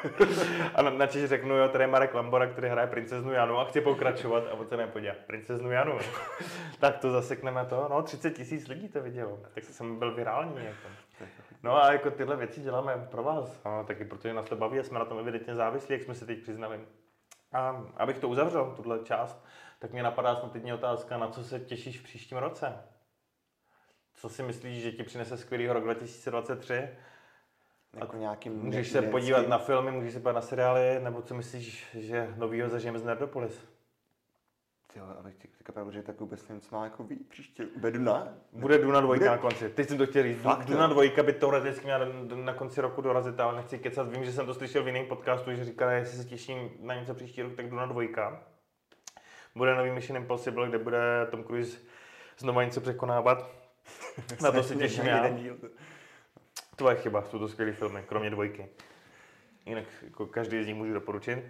A na, načež řeknu, jo, tady je Marek Lambora, který hraje Princeznu Janu a chci pokračovat a on se nepodívá. Princeznu Janu. Tak to zasekneme to, no třicet tisíc lidí to vidělo, tak jsem byl virální jako. No a jako tyhle věci děláme pro vás, no, taky protože nás to baví a jsme na tom evidentně závislí, jak jsme si teď přiznali. A abych to uzavřel, tuhle část, tak mě napadá snad teď otázka, na co se těšíš v příštím roce? Co si myslíš, že ti přinese skvělýho rok dva tisíce dvacet tři? Jako nějakým můžeš se podívat na filmy, můžeš se podívat na seriály, nebo co myslíš, že novýho zažijeme z Nerdopolis? Jo, ale teďka pravdu, že tak vůbec nevím, co má jako ví, příště. Bude Duna? Bude Duna dvojka Bude... na konci. Teď jsem to chtěl říct. Fakt, Duna dvojka by teoreticky měla na konci roku dorazit, ale nechci kecat. Vím, že jsem to slyšel v jiném podcastu, že říkali, jestli se těším na něco příští rok, tak Duna dvojka. Bude nový Mission Impossible, kde bude Tom Cruise znova něco překonávat. Na to se těším já. Tvoje chyba, jsou to skvělý filmy, kromě dvojky. Jinak jako každý z nich můžu doporučit.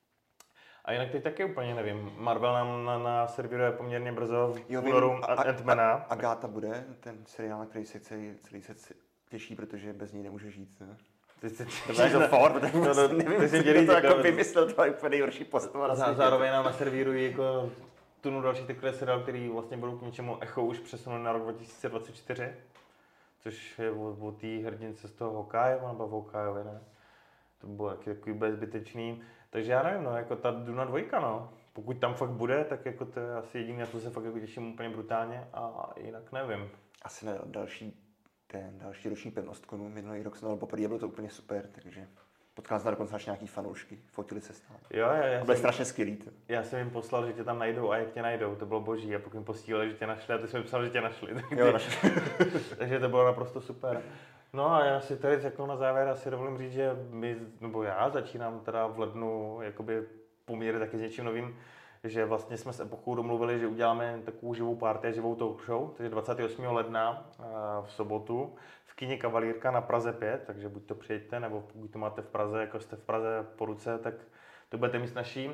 A jinak teď taky úplně nevím. Marvel nám na, na servíruje poměrně brzo v únoru Ant-Mana. Agáta bude ten seriál, na který se celý, celý se těší, protože bez ní nemůže žít. Ne? Ty jsi to for, protože no, no, nevím, jestli to jako vymyslel, to je úplně nejhorší postava. Zá, zároveň nám naservírují jako tunu další takové seriál, který vlastně budou k něčemu Echo už přesunul na rok dva tisíce dvacet čtyři. Což je o, o té hrdince z toho Hawkeye, nebo Hawkeyeovi, ne? To bylo taky takový bezbytečný. Takže já nevím, no, jako ta Duna dvojka, no. Pokud tam fakt bude, tak jako to je asi jediný, na to se fakt jako těším úplně brutálně a jinak nevím. Asi ne, další, ten další roční Pevnostkonu, minulý rok jsem dal poprvé, bylo to úplně super, takže potkal jsem dokonce až nějaký fanoušky, fotili se stále. Jo, já, já to bylo strašně skvělý. To. Já jsem jim poslal, že tě tam najdou a jak tě najdou, to bylo boží. A pokud jim posílali, že tě našli, a ty jsem mi psal, že tě našli. Tak jo, našli. Takže to bylo naprosto super. No a já si tady řeknu na závěr, asi dovolím říct, že my, nebo já začínám teda v lednu jakoby poměrně taky s něčím novým, že vlastně jsme s Epochou domluvili, že uděláme takovou živou party, živou talk show, takže dvacátého osmého ledna v sobotu v kině Kavalírka na Praze pět, takže buď to přijďte, nebo pokud to máte v Praze, jako jste v Praze po ruce, tak to budete mít snažší.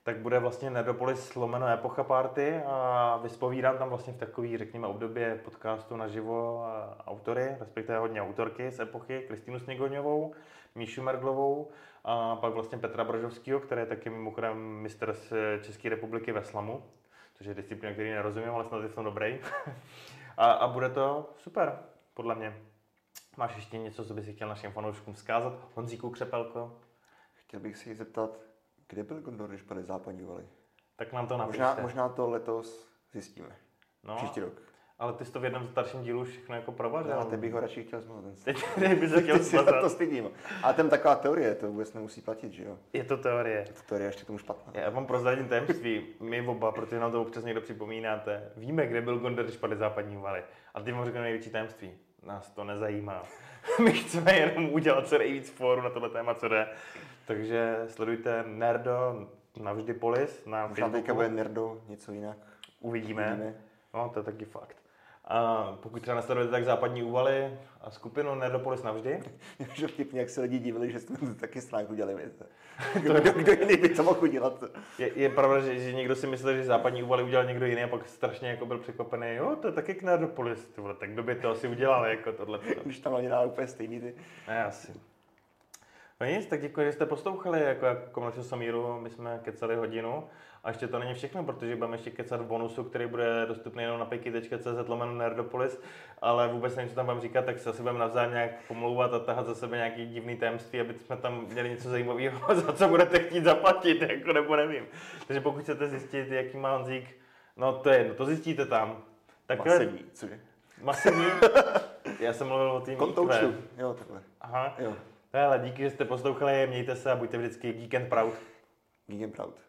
tak bude vlastně Nerdopolis lomeno Epocha Party a vyspovídám tam vlastně v takový, řekněme, obdobě podcastu naživo autory, respektive hodně autorky z Epochy, Kristýnu Sněgoňovou, Míšu Merglovou a pak vlastně Petra Brožovského, který je taky mimochodem mistr z České republiky ve slamu, což je disciplína, který nerozumím, ale snad je v tom dobrý. a, a bude to super, podle mě. Máš ještě něco, co bys si chtěl našim fanouškům vzkázat? Honzíku Křepelko? Chtěl bych si zeptat, kde byl Gondor, když byly západní valy? Tak nám to napište. Možná, možná to letos zjistíme. No, příští rok. Ale ty jsi to v jednom starším dílu všechno jako provařil. No, teď bych ho radši chtěl zmazat. Teď bych se chtěl zmazat. To stydím. A tam taková teorie, to vůbec nemusí platit, že jo? Je to teorie. Je to teorie ještě tomu špatná. Já vám prozradím tajemství. My oba, protože nám to občas někdo připomínáte, víme, kde byl Gondor, když padly západní valy. A ty vám řeknu největší tajemství. Nás to nezajímá. My chceme jenom udělat co nejvíc fóru na tohle téma, co jde. Takže sledujte Nerdo navždy Polis na Možná Facebooku. Teďka bude Nerdo něco jinak. Uvidíme. Uvidíme. No, to je taky fakt. A pokud třeba nesledujete tak západní úvaly a skupinu Nerdopolis navždy. Že vtipně, jak se lidi divili, že jsme taky stránku dělali. Kdo, kdo, kdo jiný by to mohl udělat? Je, je pravda, že, že někdo si myslel, že západní úvaly udělal někdo jiný a pak strašně jako byl překvapený. Jo, to je taky k Nerdopolis. Tyhle, tak kdo by to asi udělal jako tohle. Když tam ani dá úplně stejný ty. Ne, asi. No nic, tak děkuji, že jste poslouchali, jako, jako mluvčil Samíru, my jsme kecali hodinu a ještě to není všechno, protože budeme ještě kecat v bonusu, který bude dostupný jenom na pejky tečka cé zet lomeno Nerdopolis, ale vůbec nevím, co tam budeme říkat, tak se asi budeme navzájem nějak pomlouvat a tahat za sebe nějaký divný tajemství, aby jsme tam měli něco zajímavého, za co budete chtít zaplatit, jako nebo nevím. Takže pokud chcete zjistit, jaký má Honzík, no to je jedno, to zjistíte tam. Takhle, masivní, cože? Masivní? Já jsem mluvil o tým Kontoučtu, jo takhle. Aha. Jo. Hele, díky, že jste poslouchali, mějte se a buďte vždycky geek and proud. Geek and proud.